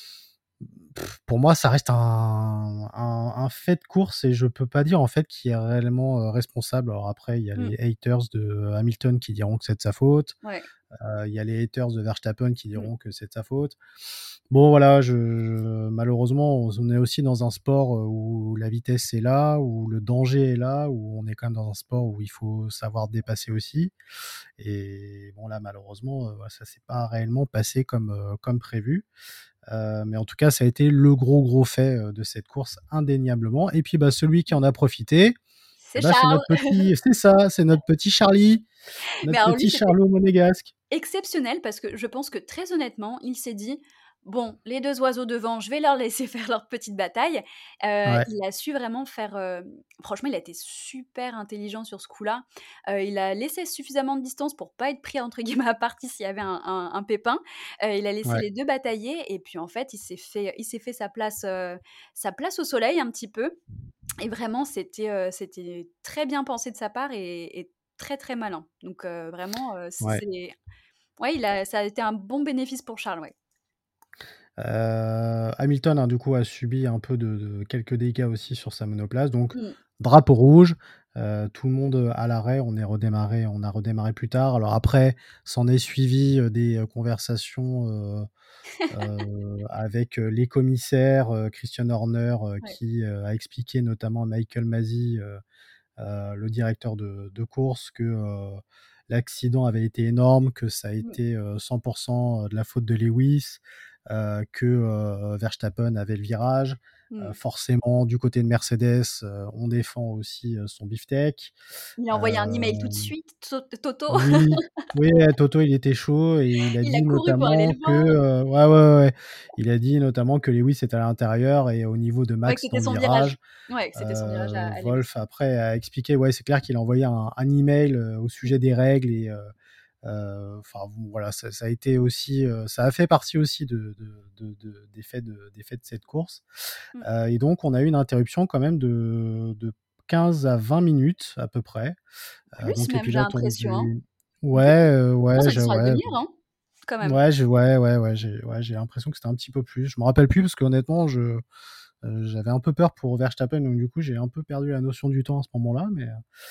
pour moi, ça reste un un un fait de course et je peux pas dire, en fait, qui est réellement, heu, responsable. Alors après, il y a Mmh. les haters de Hamilton qui diront que c'est de sa faute. Ouais. Heu, il y a les haters de Verstappen qui Mmh. diront que c'est de sa faute. Bon voilà, je je malheureusement, on est aussi dans un sport, heu, où la vitesse est là, où le danger est là, où on est quand même dans un sport où il faut savoir dépasser aussi et bon là, malheureusement, heu, bah, ça s'est pas réellement passé comme, heu, comme prévu. Heu, mais en tout cas, ça a été le gros, gros fait, heu, de cette course indéniablement et puis, bah, celui qui Mmh. en a profité et C'est bah, c'est Charles! notre petit c'est ça, c'est notre petit Charlie, Mais notre alors lui, petit c'était Charlot monégasque. exceptionnel parce que je pense que très honnêtement, il s'est dit: «Bon, les deux oiseaux devant, je vais leur laisser faire leur petite bataille». Heu, Ouais. il a su vraiment faire, hem franchement, il a été super intelligent sur ce coup-là. Heu, il a laissé suffisamment de distance pour pas être pris entre guillemets «à partie» s'il y avait un un un pépin. Heu, il a laissé Ouais. les deux batailler et puis en fait, il s'est fait il s'est fait sa place, heu, sa place au soleil un petit peu et vraiment c'était, heu, c'était très bien pensé de sa part et et très, très malin. Donc heu, vraiment, heu, c'est Ouais. c'est ouais, il a ça a été un bon bénéfice pour Charles, ouais. Heu, Hamilton, hein, du coup, a subi un peu de de quelques dégâts aussi sur sa monoplace, donc Mmh. drapeau rouge, heu, tout le monde, heu, à l'arrêt. On est redémarré on a redémarré plus tard. Alors après, s'en est suivi, heu, des, heu, conversations, heu heu, avec, heu, les commissaires, heu, Christian Horner, heu, Ouais. qui, heu, a expliqué notamment à Michael Masi, heu heu, le directeur de de course que, heu, l'accident avait été énorme, que ça a Mmh. été, heu, cent pour cent de la faute de Lewis, heu, que, heu, Verstappen avait le virage. Heu, Mmh. forcément, du côté de Mercedes, heu, on défend aussi, heu, son beefsteak. Il a envoyé un email tout de Hem, suite, To Toto. oui, oui, Toto, il était chaud et il a Il a dit couru pour aller notamment le que, voir. heu ouais, ouais, ouais, il a dit notamment que Lewis était à l'intérieur et au niveau de Ouais, que Max dans c'était le son virage. virage. Ouais, que c'était son virage à Heu, à Lewis. Wolff après a expliqué, ouais, c'est clair qu'il a envoyé un un email, heu, au Mmh. sujet des règles et heu heu, enfin bon, voilà, ça ça a été aussi, heu, ça a fait partie aussi de de de de des faits de des faits de cette course. Mmh. Heu et donc on a eu une interruption quand même de de quinze à vingt minutes à peu près. Heu, Plus donc les même, j'ai pilotes ont l'impression, hein. dû On peut ouais, heu, je pense ouais, qu'on était je sur la ouais, demi heure, hein. quand même. Ouais, j'ai ouais, ouais, ouais, j'ai ouais, j'ai l'impression que c'était un petit peu plus. Je me rappelle plus parce qu'honnêtement, je euh, j'avais un peu peur pour Verstappen, donc du coup, j'ai un peu perdu la notion du temps à ce moment-là. Mais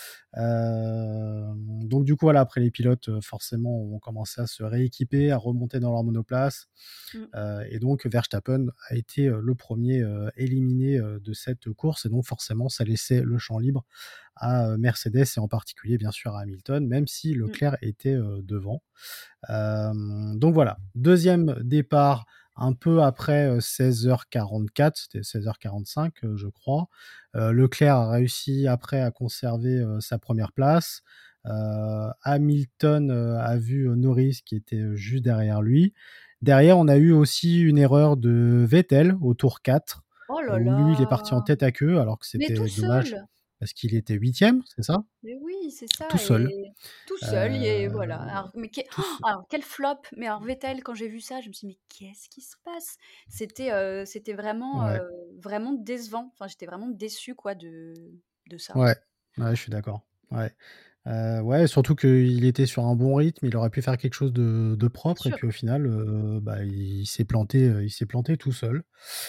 euh, donc du coup, voilà, après les pilotes, euh, forcément, ont commencé à se rééquiper, à remonter dans leur monoplace. Mm. Euh, et donc Verstappen a été euh, le premier euh, éliminé euh, de cette course, et donc forcément, ça laissait le champ libre à euh, Mercedes et en particulier, bien sûr, à Hamilton, même si Mm. Leclerc était euh, devant. Euh, donc voilà, deuxième départ un peu après euh, seize heures quarante-quatre, c'était seize heures quarante-cinq, euh, je crois. Euh, Leclerc a réussi après à conserver euh, sa première place. Euh, Hamilton euh, a vu euh, Norris qui était euh, juste derrière lui. Derrière, on a eu aussi une erreur de Vettel au tour quatre, Oh euh, là où lui, il est parti en là! tête à queue, alors que Mais tout c'était dommage seul! parce qu'il était huitième, c'est ça? Mais oui, c'est Tout ça seul. et tout seul et Euh, voilà. Alors mais quel tout seul. alors quel flop! Mais alors Vettel, quand j'ai vu ça, je me suis dit: «Mais qu'est-ce qui se passe?» C'était, heu, c'était vraiment, Ouais. heu, vraiment décevant. Enfin, j'étais vraiment déçue quoi de de ça. Ouais, ouais, je suis d'accord. Ouais. Heu, ouais, surtout qu'il était sur un bon rythme, il aurait pu faire quelque chose de de Bien propre et sûr. puis au final, heu, bah, il s'est planté, heu, il s'est planté tout seul.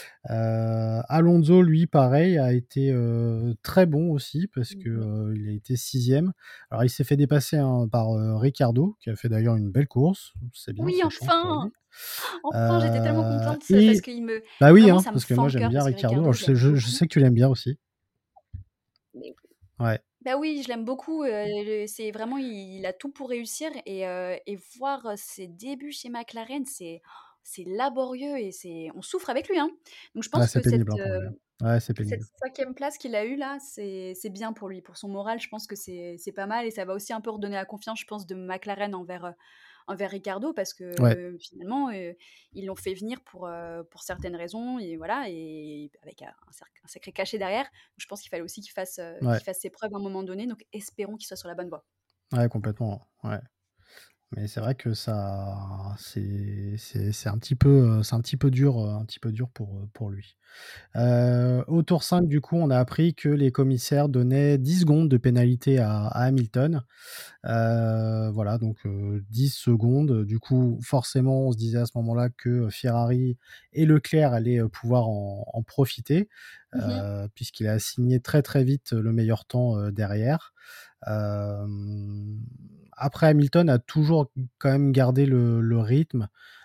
Heu, Alonso, lui, pareil, a été, heu, très bon aussi parce que, Mmh. heu, il a été sixième. Alors il s'est fait dépasser, hein, par, heu, Ricciardo qui a fait d'ailleurs une belle course. C'est bien, Oui, c'est chance pour enfin! lui. Enfin, j'étais tellement Heu contente parce et qu'il me bah, oui, vraiment hein, ça me parce que fend moi le j'aime cœur bien parce que Ricciardo. Ricardo, Alors je je sais l'aime je je beaucoup. sais que tu l'aimes bien aussi. Mais Ouais, bah, oui, je l'aime beaucoup, heu, c'est vraiment il a tout pour réussir et heu et voir, heu, ses débuts chez McLaren, c'est c'est laborieux et c'est on souffre avec lui, hein. Donc je ouais, pense c'est que pénible, cette, hein, pour lui, heu, hein. Ouais, c'est cette pénible. cinquième place qu'il a eue là, c'est c'est bien pour lui. Pour son moral, je pense que c'est c'est pas mal et ça va aussi un peu redonner la confiance, je pense, de McLaren envers, heu, envers Ricardo parce Ouais, que finalement, heu, ils l'ont fait venir pour, heu, pour certaines raisons et voilà et avec un cer un sacré cachet derrière. Je pense qu'il fallait aussi qu'il fasse, heu, ouais, qu'il fasse ses preuves à un moment donné, donc espérons qu'il soit sur la bonne voie. ouais, complètement, ouais. Mais c'est vrai que ça c'est c'est c'est un petit peu, heu, c'est un petit peu dur, heu, un petit peu dur pour, heu, pour lui. Heu, au tour cinq, du coup, on a appris que les commissaires donnaient dix secondes de pénalité à à Hamilton. Heu, voilà, donc heu, dix secondes. Du coup, forcément, on se disait à ce moment-là que Ferrari et Leclerc allaient, heu, pouvoir en en profiter, Mmh. heu, puisqu'il a signé très, très vite le meilleur temps, heu, derrière. Hem, Après Hamilton a toujours quand même gardé le le rythme.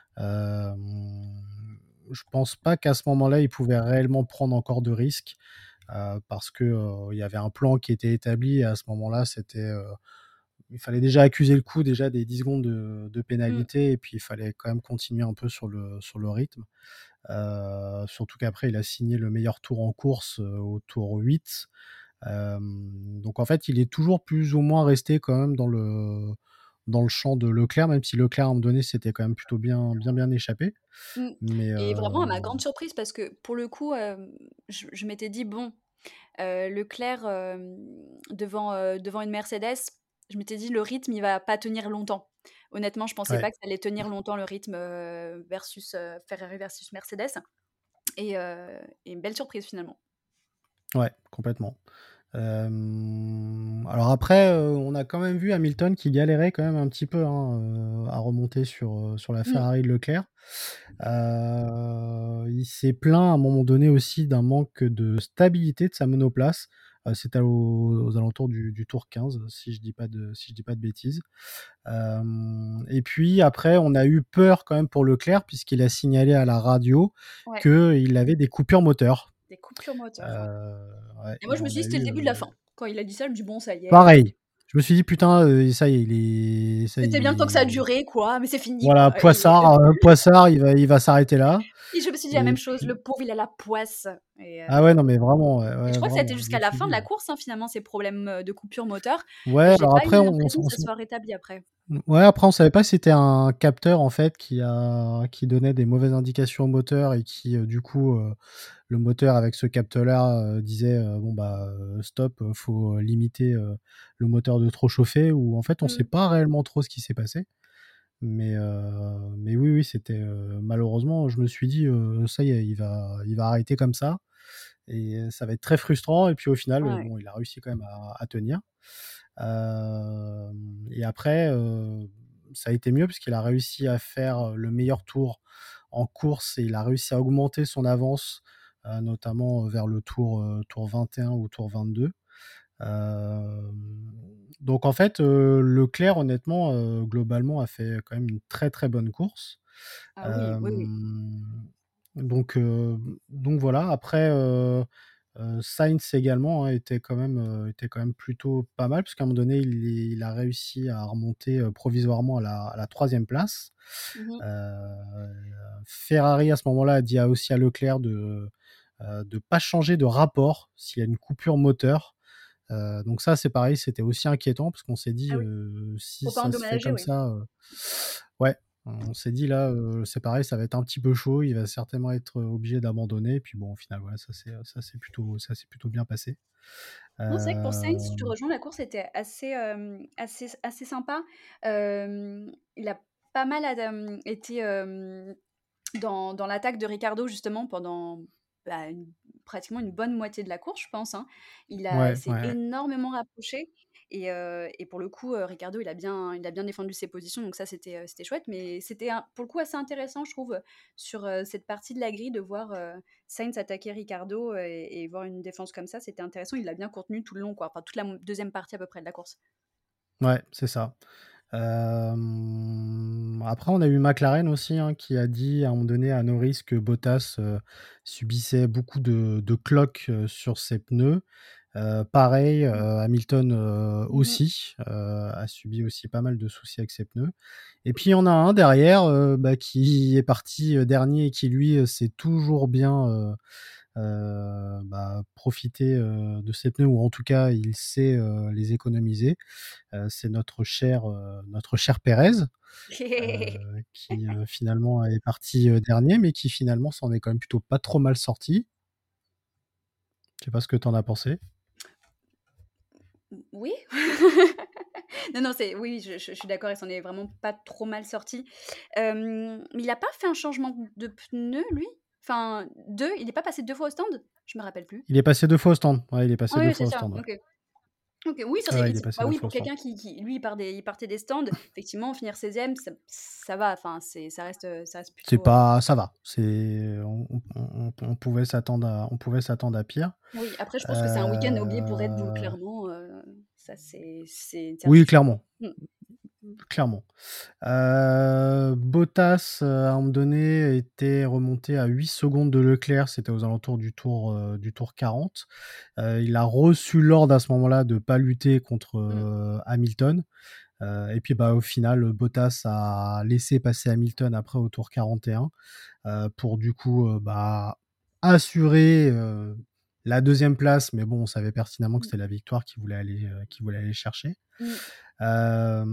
Hem, je pense pas qu'à ce moment-là, il pouvait réellement prendre encore de risques, heu, parce que, heu, il y avait un plan qui était établi et à ce moment-là, c'était, heu, il fallait déjà accuser le coup déjà des dix secondes de de Mmh. pénalité et puis il fallait quand même continuer un peu sur le sur le rythme. Heu, surtout qu'après il a signé le meilleur tour en course, heu, au tour huit. Hem, donc en fait, il est toujours plus ou moins resté quand même dans le dans le champ de Leclerc, même si Leclerc, à un moment donné, s'était quand même plutôt bien bien, bien échappé. Mmh Mais et vraiment à ma heu, grande surprise parce que pour le coup, hem, je je m'étais dit: «Bon, heu, Leclerc, hem, devant, heu, devant une Mercedes», je m'étais dit: «Le rythme, il va pas tenir longtemps». Honnêtement, je pensais ouais, pas que ça allait tenir longtemps le rythme, heu, versus, heu, Ferrari versus Mercedes et heu et une belle surprise finalement. ouais, complètement. Hem, alors après, heu, on a quand même vu Hamilton qui galérait quand même un petit peu, hein, heu, à remonter sur, heu, sur la Mmh. Ferrari de Leclerc. Heu, il s'est plaint à un moment donné aussi d'un manque de stabilité de sa monoplace. Heu, c'était aux aux alentours du du tour quinze, si je dis pas de si je dis pas de bêtises. Hem Et puis après, on a eu peur quand même pour Leclerc puisqu'il a signalé à la radio Ouais, qu'il avait des coupures moteurs. des coupures moteur, ouais Heu, ouais, et moi et je me on suis dit: a «C'était le eu, début de la heu fin». Quand il a dit ça, je me dis: «Bon, ça y est, heu, pareil. Je me suis dit: «Putain, heu, ça y est, il est ça y est, c'était il bien le temps que ça a est duré quoi, mais c'est fini voilà, quoi» et Poissard, heu, Poissard, il va il va s'arrêter là». et je me suis dit la Et même chose, puis le pauvre il a la poisse et ah ouais, heu non, mais vraiment, ouais, et je ouais, crois que ça a été vraiment. Je me jusqu'à la suis fin de dit, la heu course, hein, finalement, ces problèmes, heu, de coupure moteur et ouais, j'ai alors pas après eu on on l'impression que on ça soit rétabli après. ouais, après on savait pas si c'était un capteur en fait qui a qui donnait des mauvaises indications au moteur et qui, heu, du coup, heu, le moteur avec ce capteur-là, heu, disait, heu: «Bon bah, heu, stop, heu, faut limiter, heu, le moteur de trop chauffer», ou en fait on sait Mmh. pas réellement trop ce qui s'est passé. Mais heu, mais oui, oui, c'était, heu, malheureusement, je me suis dit, heu: «Ça y est, il va il va arrêter comme ça et heu, ça va être très frustrant», et puis au final, heu, Ouais. bon, il a réussi quand même à à tenir. Hem Et après, heu, ça a été mieux parce qu'il a réussi à faire le meilleur tour en course et il a réussi à augmenter son avance, euh, notamment vers le tour, euh, tour vingt et un ou tour vingt-deux. Euh, donc en fait, euh, Leclerc, honnêtement, euh, globalement, a fait quand même une très très bonne course. Ah oui, Euh, oui, oui. donc, euh, donc voilà. Après, euh, euh, Sainz également hein, était quand même euh, était quand même plutôt pas mal parce qu'à un moment donné, il, est- il a réussi à remonter euh, provisoirement à la, à la troisième place. Mhm. Euh, Ferrari à ce moment-là a dit à- aussi à Leclerc de euh, de pas changer de rapport s'il y a une coupure moteur. Euh, donc ça, c'est pareil, c'était aussi inquiétant parce qu'on s'est dit Ah oui, euh, si faut pas ça se fait endommager, comme oui. ça, euh, ouais, on s'est dit là, euh, c'est pareil, ça va être un petit peu chaud, il va certainement être obligé d'abandonner. Puis bon, au final, voilà, ça c'est ça c'est plutôt ça s'est plutôt bien passé. Non, c'est vrai que pour Euh, Sainz, je te rejoins, la course était assez, hem, assez assez sympa. Hem, il a pas mal ad hem, été, hem, dans dans l'attaque de Ricardo justement pendant, bah, une pratiquement une bonne moitié de la course, je pense, hein. Il a il ouais, s'est ouais, énormément rapproché et heu et pour le coup, heu, Ricardo, il a bien il a bien défendu ses positions, donc ça, c'était, heu, c'était chouette. Mais c'était un pour le coup assez intéressant, je trouve, sur, heu, cette partie de la grille de voir, heu, Sainz attaquer Ricardo et et voir une défense comme ça, c'était intéressant. Il l'a bien contenu tout le long, quoi, enfin toute la deuxième partie à peu près de la course. ouais, c'est ça. Euh, après, on a eu McLaren aussi hein, qui a dit à un moment donné à Norris que Bottas euh, subissait beaucoup de, de cloques euh, sur ses pneus. Euh, pareil, Mmh. euh, Hamilton euh, Mmh. aussi euh, a subi aussi pas mal de soucis avec ses pneus. Et puis il y en a un derrière euh, bah, qui est parti euh, dernier et qui lui euh, s'est toujours bien euh, euh, bah, profité euh, de ses pneus ou en tout cas il sait euh, les économiser. Euh, c'est notre cher euh, notre cher Pérez euh, qui euh, finalement est parti euh, dernier, mais qui finalement s'en est quand même plutôt pas trop mal sorti. Je sais pas ce que tu en as pensé. Oui. Non, non, c'est oui, oui, je je je suis d'accord, il s'en est vraiment pas trop mal sorti. Hem, mais il a pas fait un changement de pneus, lui? Enfin, deux, il est pas passé deux fois au stand? Je me rappelle plus. Il est passé deux fois au stand. Ouais, il est Ah passé oui, deux oui, c'est fois au ça, stand. Ouais, OK. OK, oui, ça ouais, c'est ouais, il est c'est passé bah, deux oui, fois au pour stand. quelqu'un qui qui lui, il part des il partait des stands, effectivement, finir seizième, ça ça va, enfin, c'est ça reste, heu, ça reste C'est plutôt, heu pas, ça va. C'est, on, on- on- on pouvait s'attendre à, on pouvait s'attendre à pire. oui, après je pense que c'est un week-end oublié pour Red Bull, Euh, clairement, heu, ça c'est c'est une Oui, certitude. clairement, Mmh. clairement. Euh, Bottas, euh, à un moment donné, était remonté à huit secondes de Leclerc. C'était aux alentours du tour, euh, du tour quarante. Euh, il a reçu l'ordre à ce moment-là de pas lutter contre Mmh. euh, Hamilton. Euh, et puis, bah, au final, Bottas a laissé passer Hamilton après au tour quarante et un euh, pour du coup euh, bah, assurer euh, la deuxième place. Mais bon, on savait pertinemment que Mmh. c'était la victoire qu'il voulait aller, euh, qu'il voulait aller chercher. Mmh. Euh,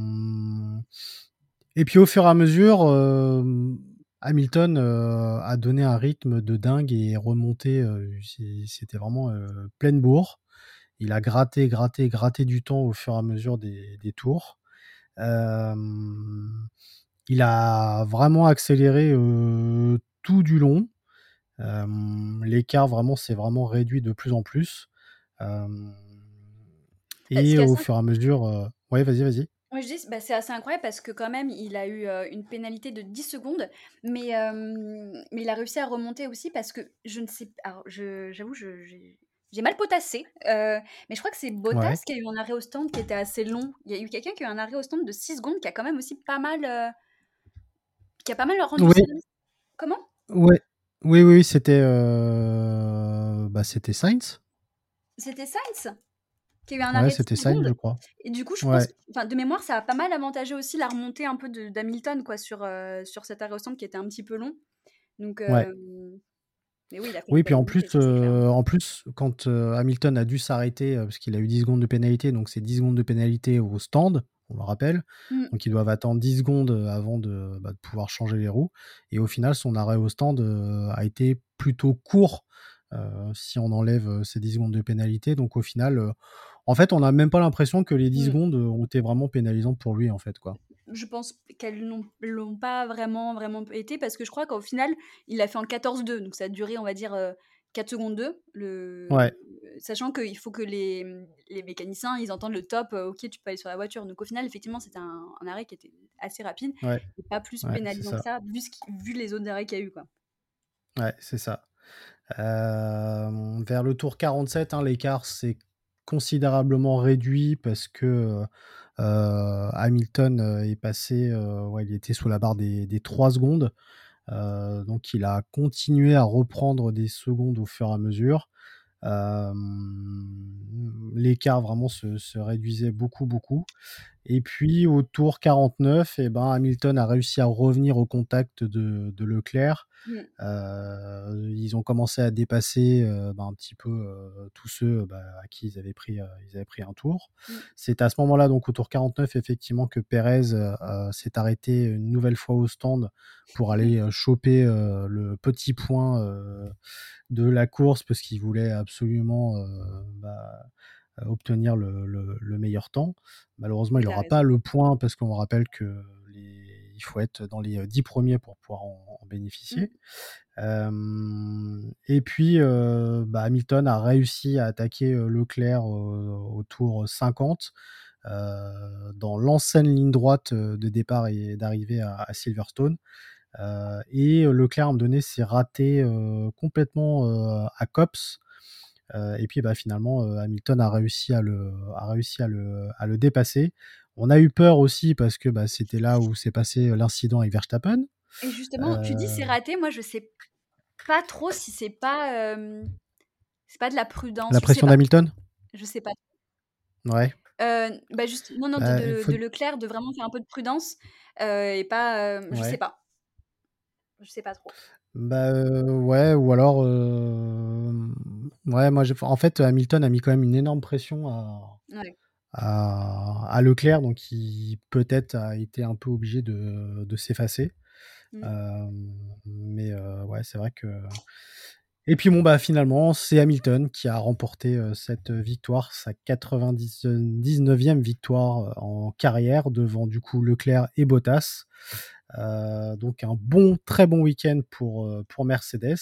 et puis au fur et à mesure, euh, Hamilton euh, a donné un rythme de dingue et est remonté. euh, c'est- C'était vraiment euh, pleine bourre. Il a gratté, gratté, gratté du temps au fur et à mesure des, des tours. Euh, il a vraiment accéléré euh, tout du long. Euh, L'écart vraiment s'est vraiment réduit de plus en plus. Euh, Bah, ce et qui est au assez fur et à mesure, euh, ouais, vas-y, vas-y. Oui, je dis, bah, c'est assez incroyable parce que quand même, il a eu, heu, une pénalité de dix secondes, mais hem, mais il a réussi à remonter aussi parce que je ne sais alors je j'avoue, je j'ai j'ai mal potassé, heu, mais je crois que c'est Ouais. Bottas qui a eu un arrêt au stand qui était assez long. Il y a eu quelqu'un qui a eu un arrêt au stand de six secondes qui a quand même aussi pas mal, heu, qui a pas mal rendu Oui, service. Comment? ouais. Oui, oui, c'était euh, bah, c'était Sainz. C'était Sainz? Qui a eu un Ouais, arrêt de c'était six Sainz, je secondes crois. et du coup, je pense Ouais, enfin, de mémoire, ça a pas mal avantagé aussi la remontée un peu de d'Hamilton quoi sur, heu, sur cet arrêt au stand qui était un petit peu long. Donc ouais. hem Mais oui, il a Oui, puis en complètement plus, remonté, ça c'est clair. euh, en plus, quand euh, Hamilton a dû s'arrêter euh, parce qu'il a eu dix secondes de pénalité, donc c'est dix secondes de pénalité au stand, on le rappelle. Mmh. Donc ils doivent attendre dix secondes euh, avant de, bah, de pouvoir changer les roues. Et au final, son arrêt au stand euh, a été plutôt court euh, si on enlève euh, ces dix secondes de pénalité. Donc au final, euh, en fait, on n'a même pas l'impression que les dix Mmh. secondes euh, ont été vraiment pénalisantes pour lui, en fait, quoi. Je pense qu'elles n'ont l'ont pas vraiment, vraiment été parce que je crois qu'au final, il l'a fait en quatorze deux donc ça a duré, on va dire, heu, quatre secondes deux, le... Ouais, sachant qu'il faut que les, les mécaniciens ils entendent le top, euh, ok, tu peux aller sur la voiture. Donc au final, effectivement, c'était un, un arrêt qui était assez rapide ouais, et pas plus ouais, c'est pénalisant que ça. ça, vu, ce qui- vu les autres arrêts qu'il y a eu, quoi. Ouais, c'est ça. Euh, vers le tour quarante-sept, hein, l'écart s'est considérablement réduit parce que euh, Hamilton euh, est passé, euh, ouais, il était sous la barre des, des trois secondes. Euh, donc il a continué à reprendre des secondes au fur et à mesure. Euh, L'écart vraiment se, se réduisait beaucoup, beaucoup. Et puis au tour quarante-neuf, eh ben, Hamilton a réussi à revenir au contact de, de Leclerc. Mm. Euh, ils ont commencé à dépasser euh, bah, un petit peu euh, tous ceux bah, à qui ils avaient pris, euh, ils avaient pris un tour. Mm. C'est à ce moment-là, donc au tour quarante-neuf, effectivement, que Pérez euh, s'est arrêté une nouvelle fois au stand pour aller euh, choper euh, le petit point euh, de la course parce qu'il voulait absolument euh, bah, obtenir le, le, le meilleur temps. Malheureusement, il Il a n'aura raison. pas le point parce qu'on rappelle que les, il faut être dans les dix premiers pour pouvoir en, en bénéficier. Mm. Euh, et puis, euh, bah, Hamilton a réussi à attaquer euh, Leclerc au, au tour cinquante euh, dans l'ancienne ligne droite euh, de départ et d'arrivée à, à Silverstone. Euh, et Leclerc, à un moment donné, s'est raté euh, complètement euh, à Copse. Euh, et puis bah, finalement, euh, Hamilton a réussi à le, a réussi à le, à le dépasser. On a eu peur aussi parce que bah, c'était là où s'est passé l'incident avec Verstappen. Et justement, tu dis Euh, c'est raté, moi je sais pas trop si c'est pas, euh, c'est pas de la prudence, la je sais pression pas. d'Hamilton. Je sais pas. Ouais. Euh, bah juste, non, non, de, Bah, de, faut... de Leclerc, de vraiment faire un peu de prudence euh, et pas. Euh, je sais Ouais. pas. Je sais pas trop. Bah, euh, ouais, ou alors. euh, Ouais, moi, j'ai- en fait, Hamilton a mis quand même une énorme pression à, Ouais. à, à Leclerc, donc il peut-être a été un peu obligé de, de s'effacer. Mm. Euh, mais euh, ouais, c'est vrai que. Et puis bon, bah finalement, c'est Hamilton qui a remporté euh, cette victoire, sa quatre-vingt-dix-neuvième victoire euh, en carrière devant du coup Leclerc et Bottas. Euh, donc un bon, très bon week-end pour, euh, pour Mercedes.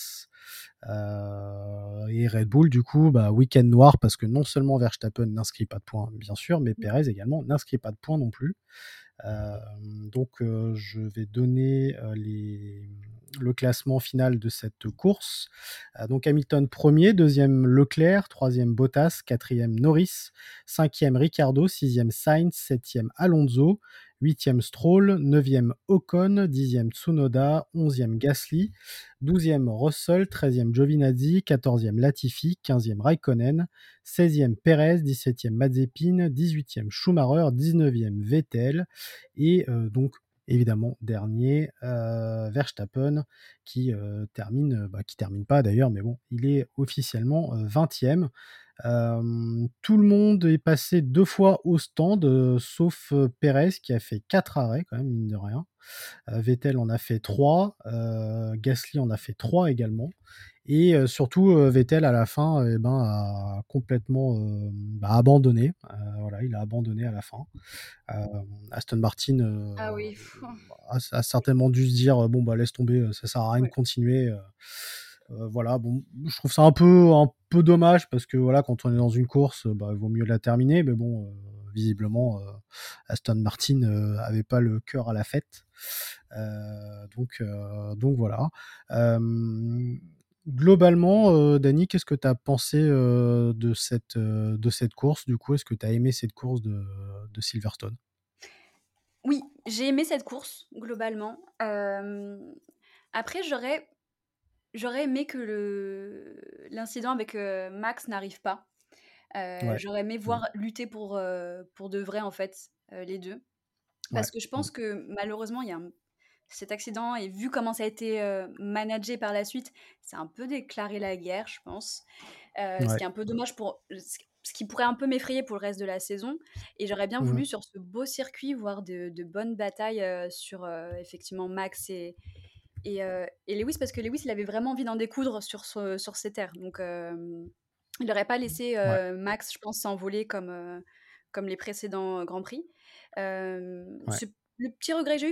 Euh, et Red Bull, du coup, bah, week-end noir parce que non seulement Verstappen n'inscrit pas de points, bien sûr, mais Mm. Perez également n'inscrit pas de points non plus. Euh, donc, euh, je vais donner euh, les, le classement final de cette course. Euh, donc, Hamilton premier, deuxième Leclerc, troisième Bottas, quatrième Norris, cinquième Ricciardo, sixième Sainz, septième Alonso, huitième Stroll, neuvième Ocon, dixième Tsunoda, onzième Gasly, douzième Russell, treizième Giovinazzi, quatorzième Latifi, quinzième Raikkonen, seizième Perez, dix-septième Mazepin, dix-huitième Schumacher, dix-neuvième Vettel et euh, donc évidemment dernier euh, Verstappen qui euh, termine, bah, qui termine pas d'ailleurs, mais bon, il est officiellement euh, vingtième. Euh, tout le monde est passé deux fois au stand, euh, sauf euh, Perez qui a fait quatre arrêts quand même, mine de rien. Euh, Vettel en a fait trois, euh, Gasly en a fait trois également. Et euh, surtout, euh, Vettel à la fin euh, eh ben, a complètement euh, bah, abandonné. Euh, voilà, il a abandonné à la fin. Euh, Aston Martin euh, Ah oui. pff, a, a certainement dû se dire bon bah laisse tomber, euh, ça sert à rien de Ouais. continuer. Euh, euh, voilà, bon, je trouve ça un peu un peu dommage parce que voilà, quand on est dans une course, bah, il vaut mieux la terminer. Mais bon, euh, visiblement, euh, Aston Martin euh, avait pas le cœur à la fête. Euh, donc euh, donc voilà. Euh, Globalement, euh, Dany, qu'est-ce que tu as pensé euh, de, cette, euh, de cette course du coup? Est-ce que tu as aimé cette course de, de Silverstone? Oui, j'ai aimé cette course, globalement. Euh, Après, j'aurais, j'aurais aimé que le, l'incident avec euh, Max n'arrive pas. Euh, Ouais. j'aurais aimé Mm. voir lutter pour, euh, pour de vrai, en fait, euh, les deux. Ouais. Parce que je Mm. pense que malheureusement, il y a un- cet accident, et vu comment ça a été euh, managé par la suite, c'est un peu déclaré la guerre, je pense. Euh, ce qui Ouais. est un peu dommage pour. Ce ce qui pourrait un peu m'effrayer pour le reste de la saison. Et j'aurais bien Mm. voulu, sur ce beau circuit, voir de, de bonnes batailles euh, sur euh, effectivement Max et, et, euh, et Lewis, parce que Lewis, il avait vraiment envie d'en découdre sur, ce- sur ces terres. Donc, euh, il n'aurait pas laissé Ouais. euh, Max, je pense, s'envoler comme, euh, comme les précédents Grands Prix. Euh, Ouais. c'est le petit regret que j'ai eu. Puis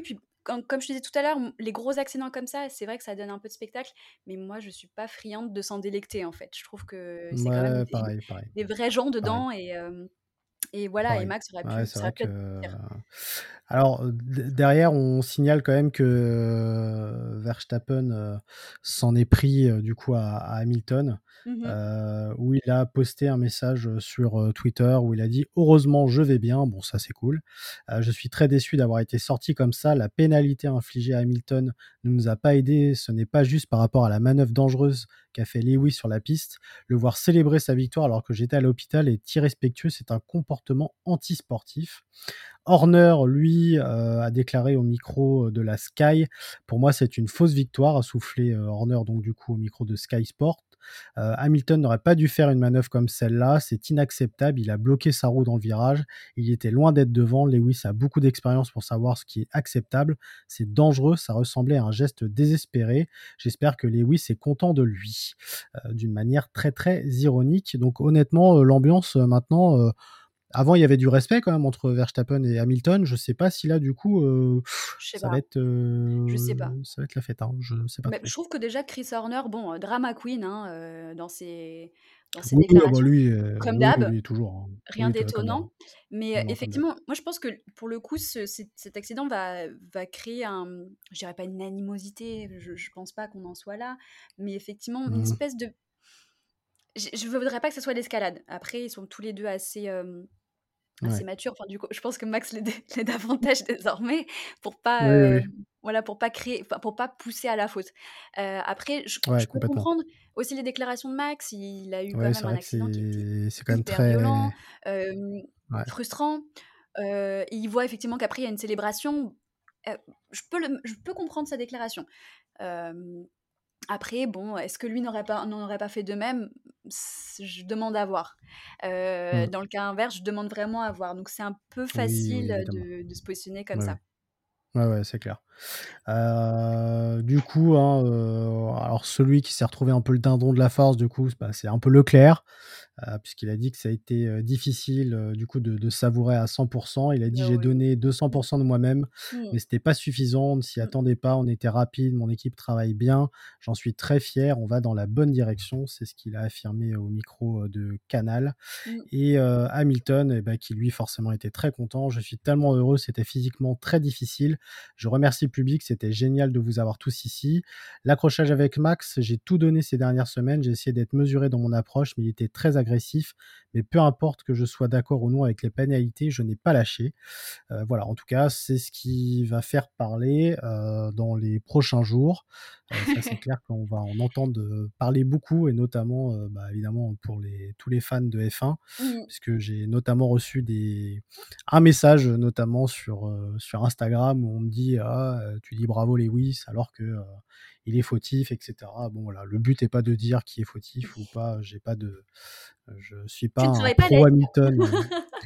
comme, comme je te disais tout à l'heure, m- les gros accidents comme ça, c'est vrai que ça donne un peu de spectacle, mais moi, je suis pas friande de s'en délecter, en fait. Je trouve que c'est quand même Ouais, des, pareil, pareil, des vrais gens pareil. dedans, et, euh, et voilà, et Pareil. Max aurait Ouais, pu, c'est ça aurait vrai pu que être pire. alors, d derrière, on signale quand même que, heu, Verstappen, heu, s'en est pris, heu, du coup à à Hamilton, Mhm. heu, où il a posté un message, heu, sur, heu, Twitter où il a dit: «Heureusement, je vais bien». Bon, ça, c'est cool. Heu, je suis très déçu d'avoir été sorti comme ça. La pénalité infligée à Hamilton ne nous a pas aidés. Ce n'est pas juste par rapport à la manœuvre dangereuse qu'a fait Lewis sur la piste. Le voir célébrer sa victoire alors que j'étais à l'hôpital est irrespectueux. C'est un comportement antisportif. Horner, lui, heu, a déclaré au micro de la Sky: «Pour moi, c'est une fausse victoire», a soufflé, heu, Horner, donc du coup au micro de Sky Sport. Heu, Hamilton n'aurait pas dû faire une manœuvre comme celle-là, c'est inacceptable, il a bloqué sa roue dans le virage, il était loin d'être devant. Lewis a beaucoup d'expérience pour savoir ce qui est acceptable, c'est dangereux, ça ressemblait à un geste désespéré. J'espère que Lewis est content de lui», heu, d'une manière très, très ironique. Donc honnêtement, heu, l'ambiance, heu, maintenant, heu avant, il y avait du respect quand même entre Verstappen et Hamilton. Je sais pas si là, du coup, heu, Je sais ça va pas, être, je sais pas. heu, ça va être la fête, hein. Je sais pas Mais je trop. trouve que déjà Chris Horner, bon, euh, drama queen, hein, euh, dans ses, dans ses Oui, oui, ah bah déclarations, lui, heu, comme oui, oui, d'hab, lui toujours, hein. rien Oui, t comme d'hab, hein. d'étonnant. Mais euh, Non, non, comme d'hab. effectivement, moi je pense que pour le coup, ce- cet cet accident va, va créer un, je dirais pas une animosité, je, je pense pas qu'on en soit là, mais effectivement une Mmh. espèce de, je, je voudrais pas que ce soit l'escalade. Après, ils sont tous les deux assez, euh, assez Ouais. mature. Enfin, du coup, je pense que Max l'aide l'aide davantage désormais pour pas, Oui, oui, euh, oui. voilà, pour pas créer, enfin, pour pas pousser à la faute. Euh, après, je, Ouais, je peux complètement. comprendre aussi les déclarations de Max. Il a eu quand Ouais, même c'est un vrai que accident qui était c'est c'est quand même hyper violent, très euh, ouais. frustrant. Euh, et il voit effectivement qu'après il y a une célébration. Euh, je peux le, je peux comprendre sa déclaration. Euh, Après, bon, est-ce que lui n'aurait pas, n'en aurait pas fait de même? C- Je demande à voir. Euh, Mmh. dans le cas inverse, je demande vraiment à voir. Donc c'est un peu Oui, oui, facile évidemment. de, de se positionner comme Ouais, ça. ouais. Ouais, ouais, c'est clair. Heu, du coup, hein, heu, alors celui qui s'est retrouvé un peu le dindon de la farce, du coup, bah, c'est un peu Leclerc. Heu, puisqu'il a dit que ça a été, heu, difficile, heu, du coup de de savourer à cent pour cent. Il a dit: Ah «J'ai oui. donné deux cents Mm, pour cent de moi-même, mm, mais c'était pas suffisant, on ne s'y mm, attendait pas, on était rapide, mon équipe travaille bien, j'en suis très fier, on va dans la bonne direction». C'est ce qu'il a affirmé au micro, heu, de Canal. mm. Et heu, Hamilton, et bah, qui lui forcément était très content: «Je suis tellement heureux, c'était physiquement très difficile. Je remercie le public, c'était génial de vous avoir tous ici. L'accrochage avec Max, j'ai tout donné ces dernières semaines, j'ai essayé d'être mesuré dans mon approche, mais il était très agressif. Mais peu importe que je sois d'accord ou non avec les pénalités, je n'ai pas lâché». Heu, voilà, en tout cas, c'est ce qui va faire parler, heu, dans les prochains jours. Heu, ça, c'est clair qu'on va en entendre, heu, parler beaucoup, et notamment, heu, bah, évidemment pour les tous les fans de F un, Mm. puisque j'ai notamment reçu des un message, heu, notamment sur, heu, sur Instagram, où on me dit: «Ah, heu, tu dis bravo Lewis alors que, heu, il est fautif» et cetera. Bon voilà, le but est pas de dire qui est fautif ou pas, j'ai pas de je suis pas Tu ne un travailles pas pro les. Hamilton, heu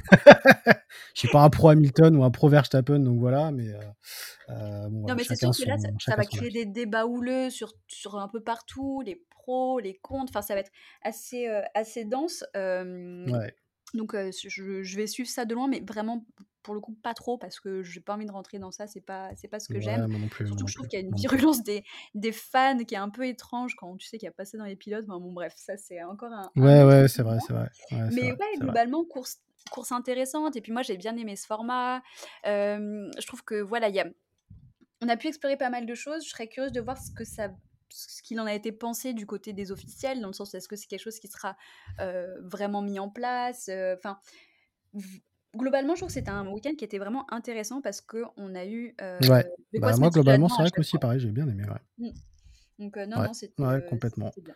je suis pas un pro Hamilton ou un pro Verstappen, donc voilà, mais heu, heu, bon Non, voilà, mais c'est chacun sûr que là, ça, son ça chacun va son créer avis. des débats houleux sur, sur un peu partout, les pros, les contre. Enfin, ça va être assez, euh, assez dense. Euh, Ouais, Donc, euh, je, je vais suivre ça de loin, mais vraiment, pour le coup, pas trop, parce que j'ai pas envie de rentrer dans ça, c'est pas, c'est pas ce que j'aime. ouais, moi non plus, moi Surtout que non je trouve plus, qu'il y a une moi non plus. virulence des, des fans qui est un peu étrange quand tu sais qu'il y a passé dans les pilotes. Enfin, bon, bref, ça, c'est encore un, un Ouais, autre ouais, c'est vrai, débat. c'est vrai. Ouais, c'est Mais vrai, ouais, c'est vrai. globalement, course, course intéressante. Et puis moi, j'ai bien aimé ce format. Euh, je trouve que, voilà, il y a, on a pu explorer pas mal de choses. Je serais curieuse de voir ce que ça ce qu'il en a été pensé du côté des officiels, dans le sens est-ce que c'est quelque chose qui sera euh, vraiment mis en place. euh, Enfin, v- globalement, je trouve que c'était un week-end qui était vraiment intéressant parce qu'on a eu euh, Ouais, de quoi bah, se moi mettre sous la globalement, dent c'est à vrai chaque qu'aussi fois. pareil, j'ai bien aimé, ouais. Mm. Donc, euh, non, Ouais, non, c'était ouais, euh, complètement. c'était bien.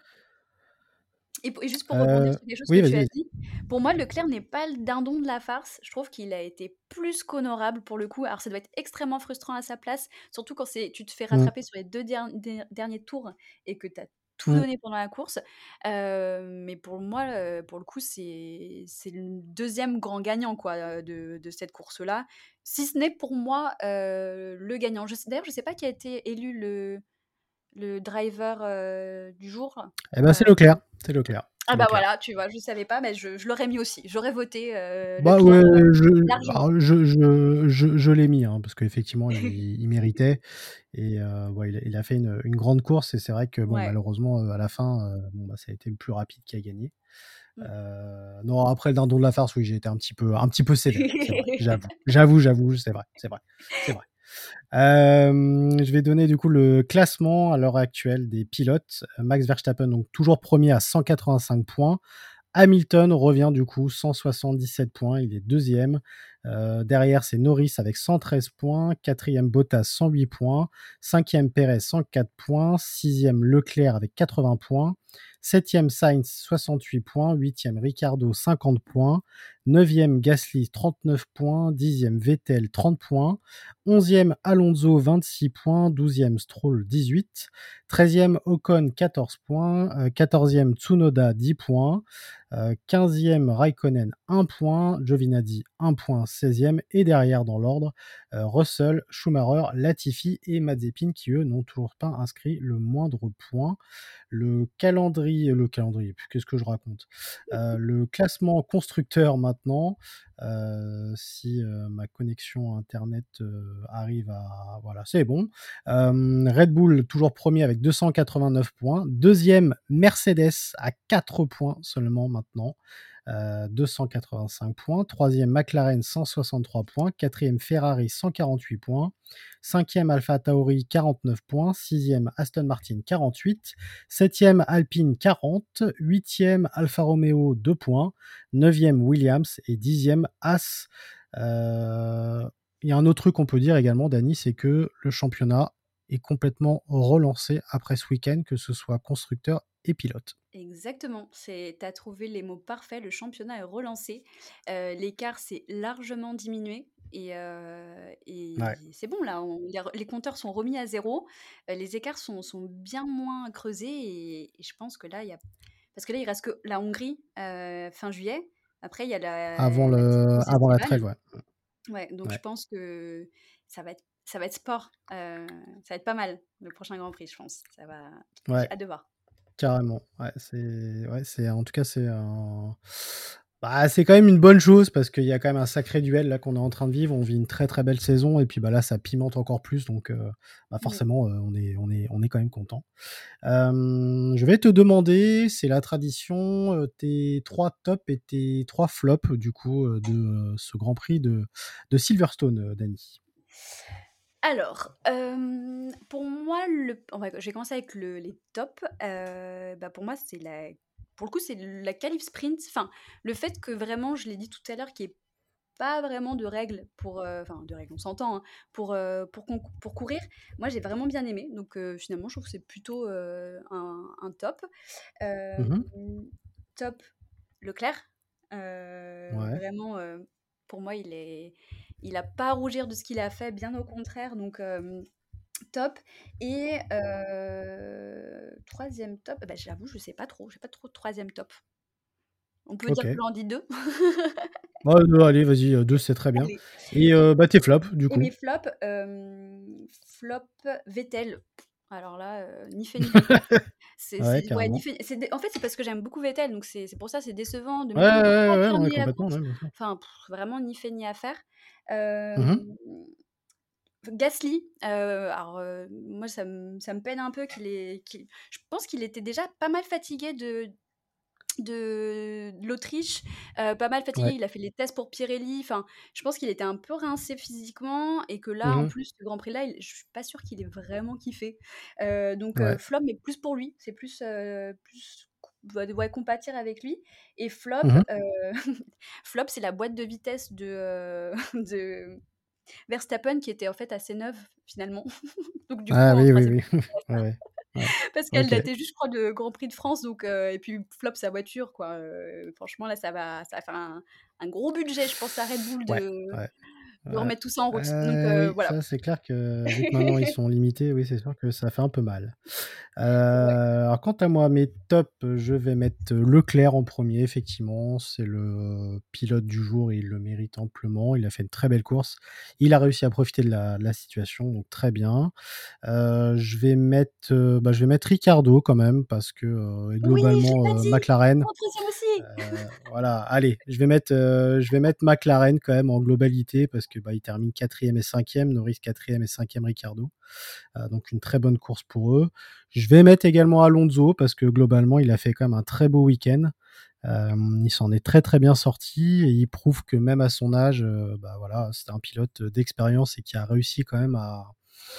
Et, pour- et juste pour rebondir Heu, sur quelque chose que oui, tu vas-y, as vas-y. dit, pour moi, Leclerc n'est pas le dindon de la farce. Je trouve qu'il a été plus qu'honorable pour le coup. Alors, ça doit être extrêmement frustrant à sa place, surtout quand c'est, tu te fais Mmh, rattraper sur les deux der- der- derniers tours et que tu as tout mmh. donné pendant la course. Euh, mais pour moi, euh, pour le coup, c'est c'est le deuxième grand gagnant quoi, euh, de, de cette course-là. Si ce n'est pour moi euh, le gagnant. Je sais- D'ailleurs, je ne sais pas qui a été élu le, le driver euh, du jour. Et ben, c'est Euh, Leclerc, c'est Leclerc. Ah bah Leclerc. voilà, tu vois, je savais pas, mais je, je l'aurais mis aussi. J'aurais voté euh, Bah Leclerc ouais, euh, je, largement. alors, je, je, je, je l'ai mis, hein, parce qu'effectivement, il, il méritait. Et euh, ouais, il, a, il a fait une, une grande course. Et c'est vrai que bon, Ouais. malheureusement, euh, à la fin, euh, bon, bah, ça a été le plus rapide qui a gagné. Mm. Euh, non, après le dindon de la farce, oui, j'ai été un petit peu, un petit peu sévère. C'est vrai, j'avoue. J'avoue, j'avoue, c'est vrai, c'est vrai, c'est vrai. Euh, je vais donner du coup le classement à l'heure actuelle des pilotes. Max Verstappen, donc toujours premier à cent quatre-vingt-cinq points. Hamilton revient du coup cent soixante-dix-sept points, il est deuxième. Euh, derrière, c'est Norris avec cent treize points. Quatrième, Bottas cent huit points. Cinquième, Perez cent quatre points. Sixième, Leclerc avec quatre-vingts points. Septième, Sainz soixante-huit points. Huitième, Ricciardo cinquante points. Neuvième, Gasly trente-neuf points. Dixième, Vettel trente points. Onzième, Alonso vingt-six points. Douzième, Stroll dix-huit. Treizième, Ocon quatorze points. Euh, quatorzième, Tsunoda dix points. Euh, quinzième, Raikkonen un point. Giovinazzi un point. seizième. Et derrière, dans l'ordre, euh, Russell, Schumacher, Latifi et Mazepin qui, eux, n'ont toujours pas inscrit le moindre point. Le calendrier, le calendrier, qu'est-ce que je raconte euh, Le classement constructeur maintenant, euh, si euh, ma connexion Internet euh, arrive à... Voilà, c'est bon. Euh, Red Bull, toujours premier avec deux cent quatre-vingt-neuf points. Deuxième, Mercedes à quatre points seulement maintenant. Euh, deux cent quatre-vingt-cinq points. Troisième, McLaren, cent soixante-trois points. Quatrième, Ferrari, cent quarante-huit points. Cinquième, Alpha Tauri, quarante-neuf points. Sixième, Aston Martin, quarante-huit. Septième, Alpine, quarante. Huitième, Alfa Romeo, deux points. Neuvième, Williams. Et dixième, As. Euh, Il y a un autre truc qu'on peut dire également, Dani, c'est que le championnat est complètement relancé après ce week-end, que ce soit constructeur et pilote. Exactement, c'est, t'as trouvé les mots parfaits, le championnat est relancé, euh, l'écart s'est largement diminué et, euh, et Ouais. c'est bon là, on- les, les compteurs sont remis à zéro, euh, les écarts sont, sont bien moins creusés et, et je pense que là, il y a... Parce que là, il reste que la Hongrie euh, fin juillet, après il y a Avant, la, la petite le... pause Avant la estivale, trêve, ouais. ouais, donc je Ouais. pense que ça va être, ça va être sport, euh, ça va être pas mal le prochain Grand Prix, je pense, ça va... Ouais. J'ai hâte de voir. Carrément, ouais, c'est, ouais, c'est, en tout cas, c'est un, bah, c'est quand même une bonne chose parce qu'il y a quand même un sacré duel là qu'on est en train de vivre. On vit une très très belle saison et puis bah là, ça pimente encore plus, donc euh, bah, Mm. forcément, euh, on est, on est, on est quand même content. Euh, je vais te demander, c'est la tradition, euh, tes trois tops et tes trois flops du coup euh, de euh, ce Grand Prix de, de Silverstone, euh, Dani. Alors, euh, pour moi, le... on va... je vais commencer avec le... les tops. Euh, bah pour moi, c'est la... Pour le coup, c'est la qualif sprint. Enfin, le fait que vraiment, je l'ai dit tout à l'heure, qu'il n'y ait pas vraiment de règles pour... euh, Enfin, de règles, on s'entend, hein, pour, euh, pour, con- pour courir. Moi, j'ai vraiment bien aimé. Donc, euh, finalement, je trouve que c'est plutôt euh, un... un top. Euh, Mhm. top Leclerc. Euh, Ouais. vraiment, euh, pour moi, il est... Il a pas à rougir de ce qu'il a fait, bien au contraire. Donc, euh, top. Et euh, troisième top, bah, j'avoue, je sais pas trop. J'ai pas trop de troisième top. On peut dire Ok. que j'en dis deux. Bah, euh, allez, vas-y, euh, deux, c'est très bien. Allez. Et Et, euh, bah tes flops du et mes coup. flops, euh, flop Vettel. Alors là, euh, ni fait ni à faire. C'est, Ouais, c'est, ouais, ni carrément. fait- c'est dé- en fait, c'est parce que j'aime beaucoup Vettel, donc c'est, c'est pour ça c'est décevant de Ouais, même ouais, de pas ouais, ouais, ouais, terminer la complètement, course. ouais, bien sûr. Enfin, pff, vraiment ni fait ni à faire. Euh, Mhm. Gasly, heu, alors, heu, moi ça me ça me peine un peu qu'il ait qu'il je pense qu'il était déjà pas mal fatigué de de de l'Autriche, heu, pas mal fatigué. Ouais. Il a fait les tests pour Pirelli, enfin, je pense qu'il était un peu rincé physiquement et que là, en Mhm. plus, ce Grand Prix-là, il je suis pas sûre qu'il ait vraiment kiffé. Heu, donc heu, Ouais. flop, mais plus pour lui, c'est plus, heu, plus ouais, ouais, compatir avec lui et flop, Mhm. heu, flop, c'est la boîte de vitesse de, heu, de Verstappen qui était en fait assez neuve finalement. Donc du coup Ah en oui, oui, troisième oui. position Ouais. Ouais. parce qu'elle Ok. datait juste je crois de Grand Prix de France donc heu et puis flop sa voiture quoi, heu, franchement là ça va ça va faire un un gros budget je pense à Red Bull Ouais. de Ouais. de Ouais. remettre tout ça en route. Donc Heu, heu, oui, voilà. ça c'est clair que vu que maintenant ils sont limités, oui, c'est sûr que ça fait un peu mal. Heu, Ouais. alors quant à moi, mes tops, je vais mettre Leclerc en premier. Effectivement, c'est le pilote du jour et il le mérite amplement. Il a fait une très belle course. Il a réussi à profiter de la de la situation, donc très bien. Heu, je vais mettre, heu, bah, je vais mettre Ricardo quand même parce que, heu, Oui, je l'ai globalement, pas heu, dit! McLaren, Mon troisième aussi! heu, voilà, allez, je vais mettre, heu, je vais mettre McLaren quand même en globalité parce que, bah, ils terminent quatrième et cinquième, Norris quatrième et cinquième Ricardo. Heu, donc une très bonne course pour eux. Je vais mettre également Alonso parce que globalement, il a fait quand même un très beau week-end. Hem, il s'en est très, très bien sorti et il prouve que même à son âge, heu, bah, voilà, c'est un pilote d'expérience et qui a réussi quand même à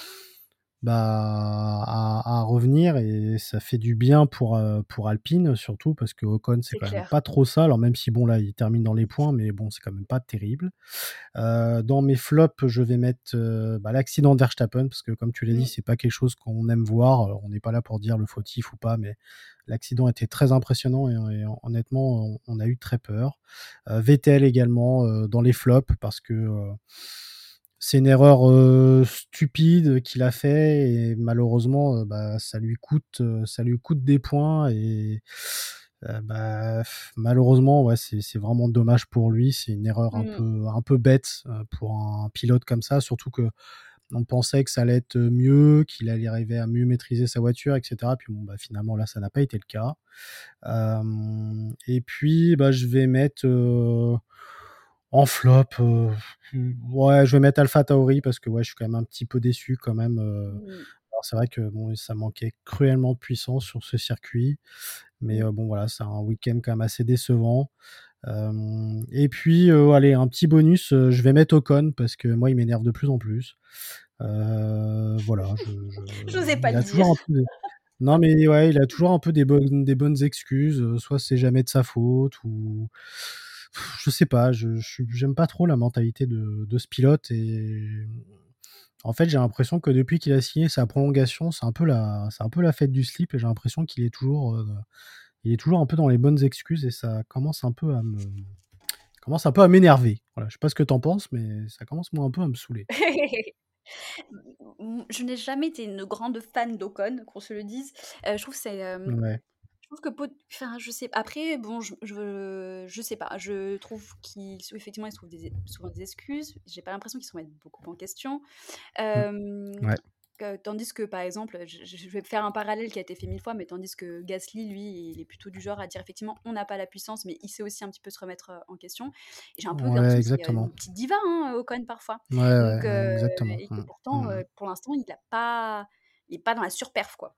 bah, à à revenir et ça fait du bien pour, heu, pour Alpine surtout parce que Ocon, c'est C'est quand même clair. pas trop ça. Alors même si bon là, il termine dans les points, mais bon, c'est quand même pas terrible. Heu, dans mes flops, je vais mettre, heu, bah, l'accident de Verstappen parce que comme tu l'as dit, Mmh. c'est pas quelque chose qu'on aime voir. Alors on n'est pas là pour dire le fautif ou pas, mais l'accident était très impressionnant et et honnêtement, on on a eu très peur. Heu, Vettel également, heu, dans les flops parce que, heu, c'est une erreur, heu, stupide qu'il a fait et malheureusement, heu, bah, ça lui coûte, heu, ça lui coûte des points et heu, bah, malheureusement, ouais, c'est c'est vraiment dommage pour lui. C'est une erreur un Mmh. peu un peu bête, heu, pour un pilote comme ça, surtout qu'on pensait que ça allait être mieux, qu'il allait arriver à mieux maîtriser sa voiture et cetera. Puis bon, bah, finalement là, ça n'a pas été le cas. Hem et puis, bah, je vais mettre, heu, en flop, heu, ouais, je vais mettre AlphaTauri parce que, ouais, je suis quand même un petit peu déçu quand même, heu, Mmh. alors c'est vrai que bon, ça manquait cruellement de puissance sur ce circuit, mais Mmh. heu, bon voilà, c'est un week-end quand même assez décevant. Hem et puis, heu, allez, un petit bonus, heu, je vais mettre Ocon parce que moi, il m'énerve de plus en plus. Heu, voilà, je je J'osais pas il le a dire. toujours un peu de non, mais ouais, il a toujours un peu des bonnes des bonnes excuses, heu, soit c'est jamais de sa faute ou je sais pas, je je suis j'aime pas trop la mentalité de de ce pilote et en fait, j'ai l'impression que depuis qu'il a signé sa prolongation, c'est un peu la c'est un peu la fête du slip et j'ai l'impression qu'il est toujours, heu, il est toujours un peu dans les bonnes excuses et ça commence un peu à me commence un peu à m'énerver. Voilà, je sais pas ce que tu en penses, mais ça commence moi un peu à me saouler. Mmh, je n'ai jamais été une grande fan d'Ocon, qu'on se le dise. Heu, je trouve c'est, hem, Ouais. je trouve que pot enfin, je sais après bon, je je je sais pas, je trouve qu'il effectivement, il se trouve des souvent des excuses. J'ai pas l'impression qu'il se remette beaucoup en question. Mmh. Hem, Ouais. que tandis que, par exemple, je je je vais faire un parallèle qui a été fait mille fois, mais tandis que Gasly, lui, il est plutôt du genre à dire effectivement: «On n'a pas la puissance», mais il sait aussi un petit peu se remettre, heu, en question. Et j'ai un peu Ouais, l'impression qu'il y a exactement. une petite diva, hein, Ocon parfois. Ouais, ouais, Donc ouais, heu exactement. et que Mmh. pourtant, Mmh mh. heu, pour l'instant, il a pas il est pas dans la surperf, quoi.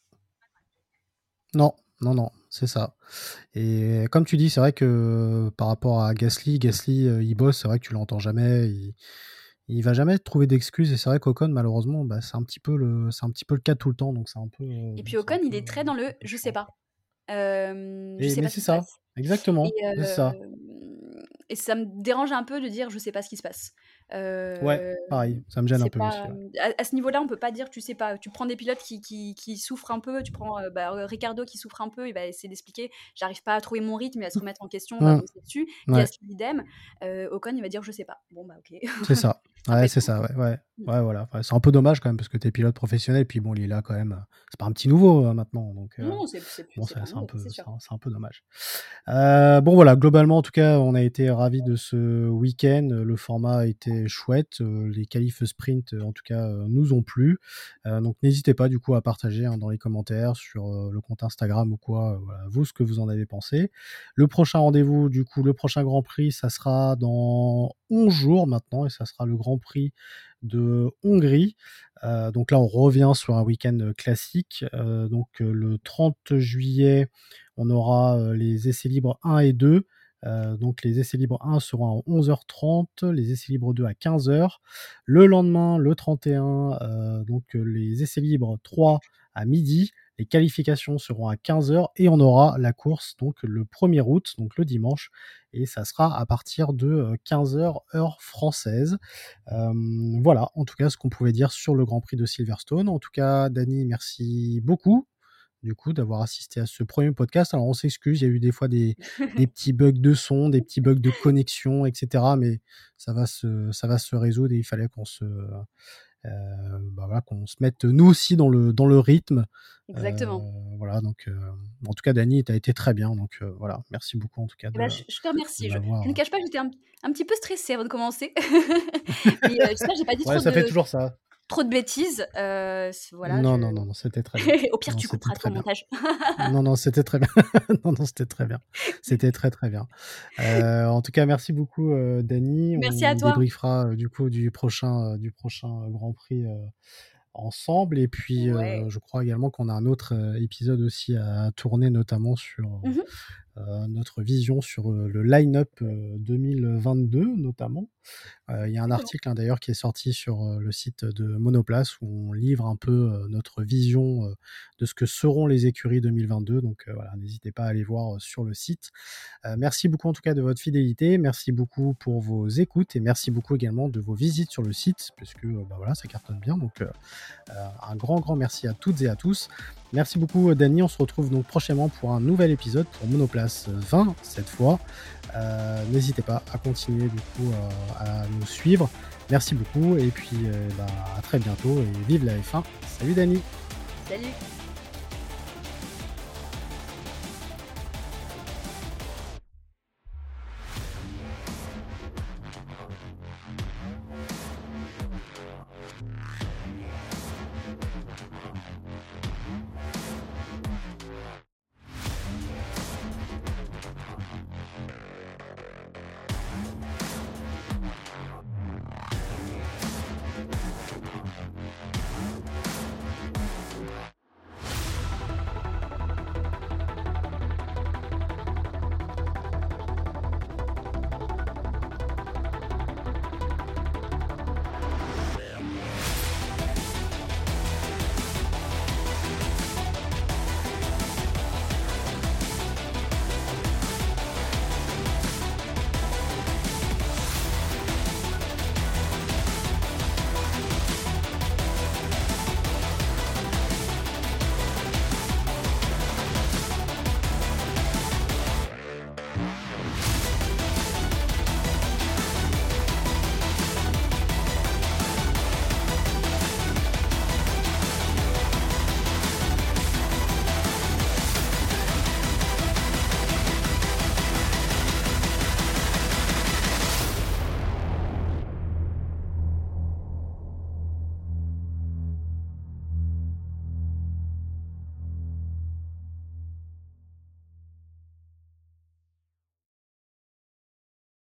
Non, non, non, c'est ça. Et comme tu dis, c'est vrai que par rapport à Gasly, Gasly, heu, il bosse, c'est vrai que tu l'entends jamais, il il va jamais trouver d'excuses et c'est vrai qu'Ocon malheureusement, bah, c'est un petit peu le c'est un petit peu le cas tout le temps, donc c'est un peu, heu, Et bon, puis c'est un Ocon, il peu, est très heu, dans c'est un le: peu «Je sais chiant, pas». quoi. Hem, je Et sais mais pas ce c'est qui se ça, passe. Et exactement, c'est ça. hem et ça me dérange un peu de dire: «Je sais pas ce qui se passe». Ouais, Heu, pareil, ça me gêne un c'est peu aussi, pas, ouais. mmh, à à ce niveau-là, on peut pas dire: «Tu sais pas». Tu prends des pilotes qui qui qui souffrent un peu, tu prends, heu, bah, heu, Ricardo qui souffre un peu, il va essayer d'expliquer: «J'arrive pas à trouver mon rythme», il va se remettre en question, on va Mmh. bosser dessus. Ouais. Gasly idem, heu, Ocon, il va dire: «Je sais pas». Bon, bah, OK. C'est ça. C'est un peu Ouais, c'est étrange. ça, ouais, ouais. Mmh. Ouais, voilà. Ouais, c'est un peu dommage quand même parce que tu es pilote professionnel, puis bon, il est là quand même, heu, c'est pas un petit nouveau, heu, maintenant, donc heu, Non, c'est c'est plus bon, c'est c'est pas un c'est un nouveau, ça, peu c'est c'est sûr. un c'est un peu dommage. Heu, bon voilà, globalement, en tout cas, on a été ravis de ce week-end. Le format a été chouette, heu, les qualifs sprint, heu, en tout cas, heu, nous ont plu. Heu, donc n'hésitez pas du coup à partager, hein, dans les commentaires sur, heu, le compte Instagram ou quoi, heu, voilà, vous, ce que vous en avez pensé. Le prochain rendez-vous, du coup, le prochain Grand Prix, ça sera dans onze jours maintenant et ça sera le Grand Prix de Hongrie. Heu, donc là, on revient sur un week-end, heu, classique. Heu, donc, heu, le trente juillet, on aura, heu, les essais libres un et deux. Heu, donc les essais libres un seront à onze heures trente, les essais libres deux à quinze heures. Le lendemain, le trente et un, heu, donc, heu, les essais libres trois à midi. Les qualifications seront à quinze heures et on aura la course donc le premier août, donc le dimanche et ça sera à partir de, heu, quinze heures heure française. Hem, voilà, en tout cas, ce qu'on pouvait dire sur le Grand Prix de Silverstone. En tout cas, Dany, merci beaucoup du coup, d'avoir assisté à ce premier podcast. Alors, on s'excuse, il y a eu des fois des, des petits bugs de son, des petits bugs de connexion, et cetera. Mais ça va se, ça va se résoudre et il fallait qu'on se, euh, bah voilà, qu'on se mette nous aussi dans le, dans le rythme. Exactement. Euh, voilà, donc, euh, en tout cas, Dany, tu as été très bien. Donc, euh, voilà, merci beaucoup en tout cas Eh de, ben, je, je te de remercie. Je, je ne m'avoir. cache pas que j'étais un, un petit peu stressée avant de commencer. Mais euh, j'espère que j'ai pas dit Ouais, trop ça fait de, toujours ça. trop de bêtises. Euh, c'est- voilà, Non, je... non, non, non, c'était très bien. Au pire, Non, tu c'était couperas tout au très bien. montage. Non, non, c'était très bien. Non, non, c'était très bien. C'était très, très bien. Euh, en tout cas, merci beaucoup, euh, Dany. Merci à On toi. débriefera euh, du coup du prochain, euh, du prochain euh, Grand Prix euh, ensemble. Et puis, Ouais. euh, je crois également qu'on a un autre euh, épisode aussi à tourner, notamment sur Mhm. euh, notre vision sur euh, le line-up euh, deux mille vingt-deux, notamment. Euh, Il y a un Exactement. article hein, d'ailleurs qui est sorti sur euh, le site de Monoplace où on livre un peu euh, notre vision euh, de ce que seront les écuries deux mille vingt-deux. Donc euh, voilà, n'hésitez pas à aller voir euh, sur le site. Euh, merci beaucoup en tout cas de votre fidélité, merci beaucoup pour vos écoutes et merci beaucoup également de vos visites sur le site puisque euh, bah voilà, ça cartonne bien. Donc euh, euh, un grand grand merci à toutes et à tous. Merci beaucoup Dany, on se retrouve donc prochainement pour un nouvel épisode pour Monoplace vingt cette fois. Euh, n'hésitez pas à continuer du coup euh, à nous suivre. Merci beaucoup et puis euh, bah, à très bientôt et vive la F un. Salut Dany. Salut.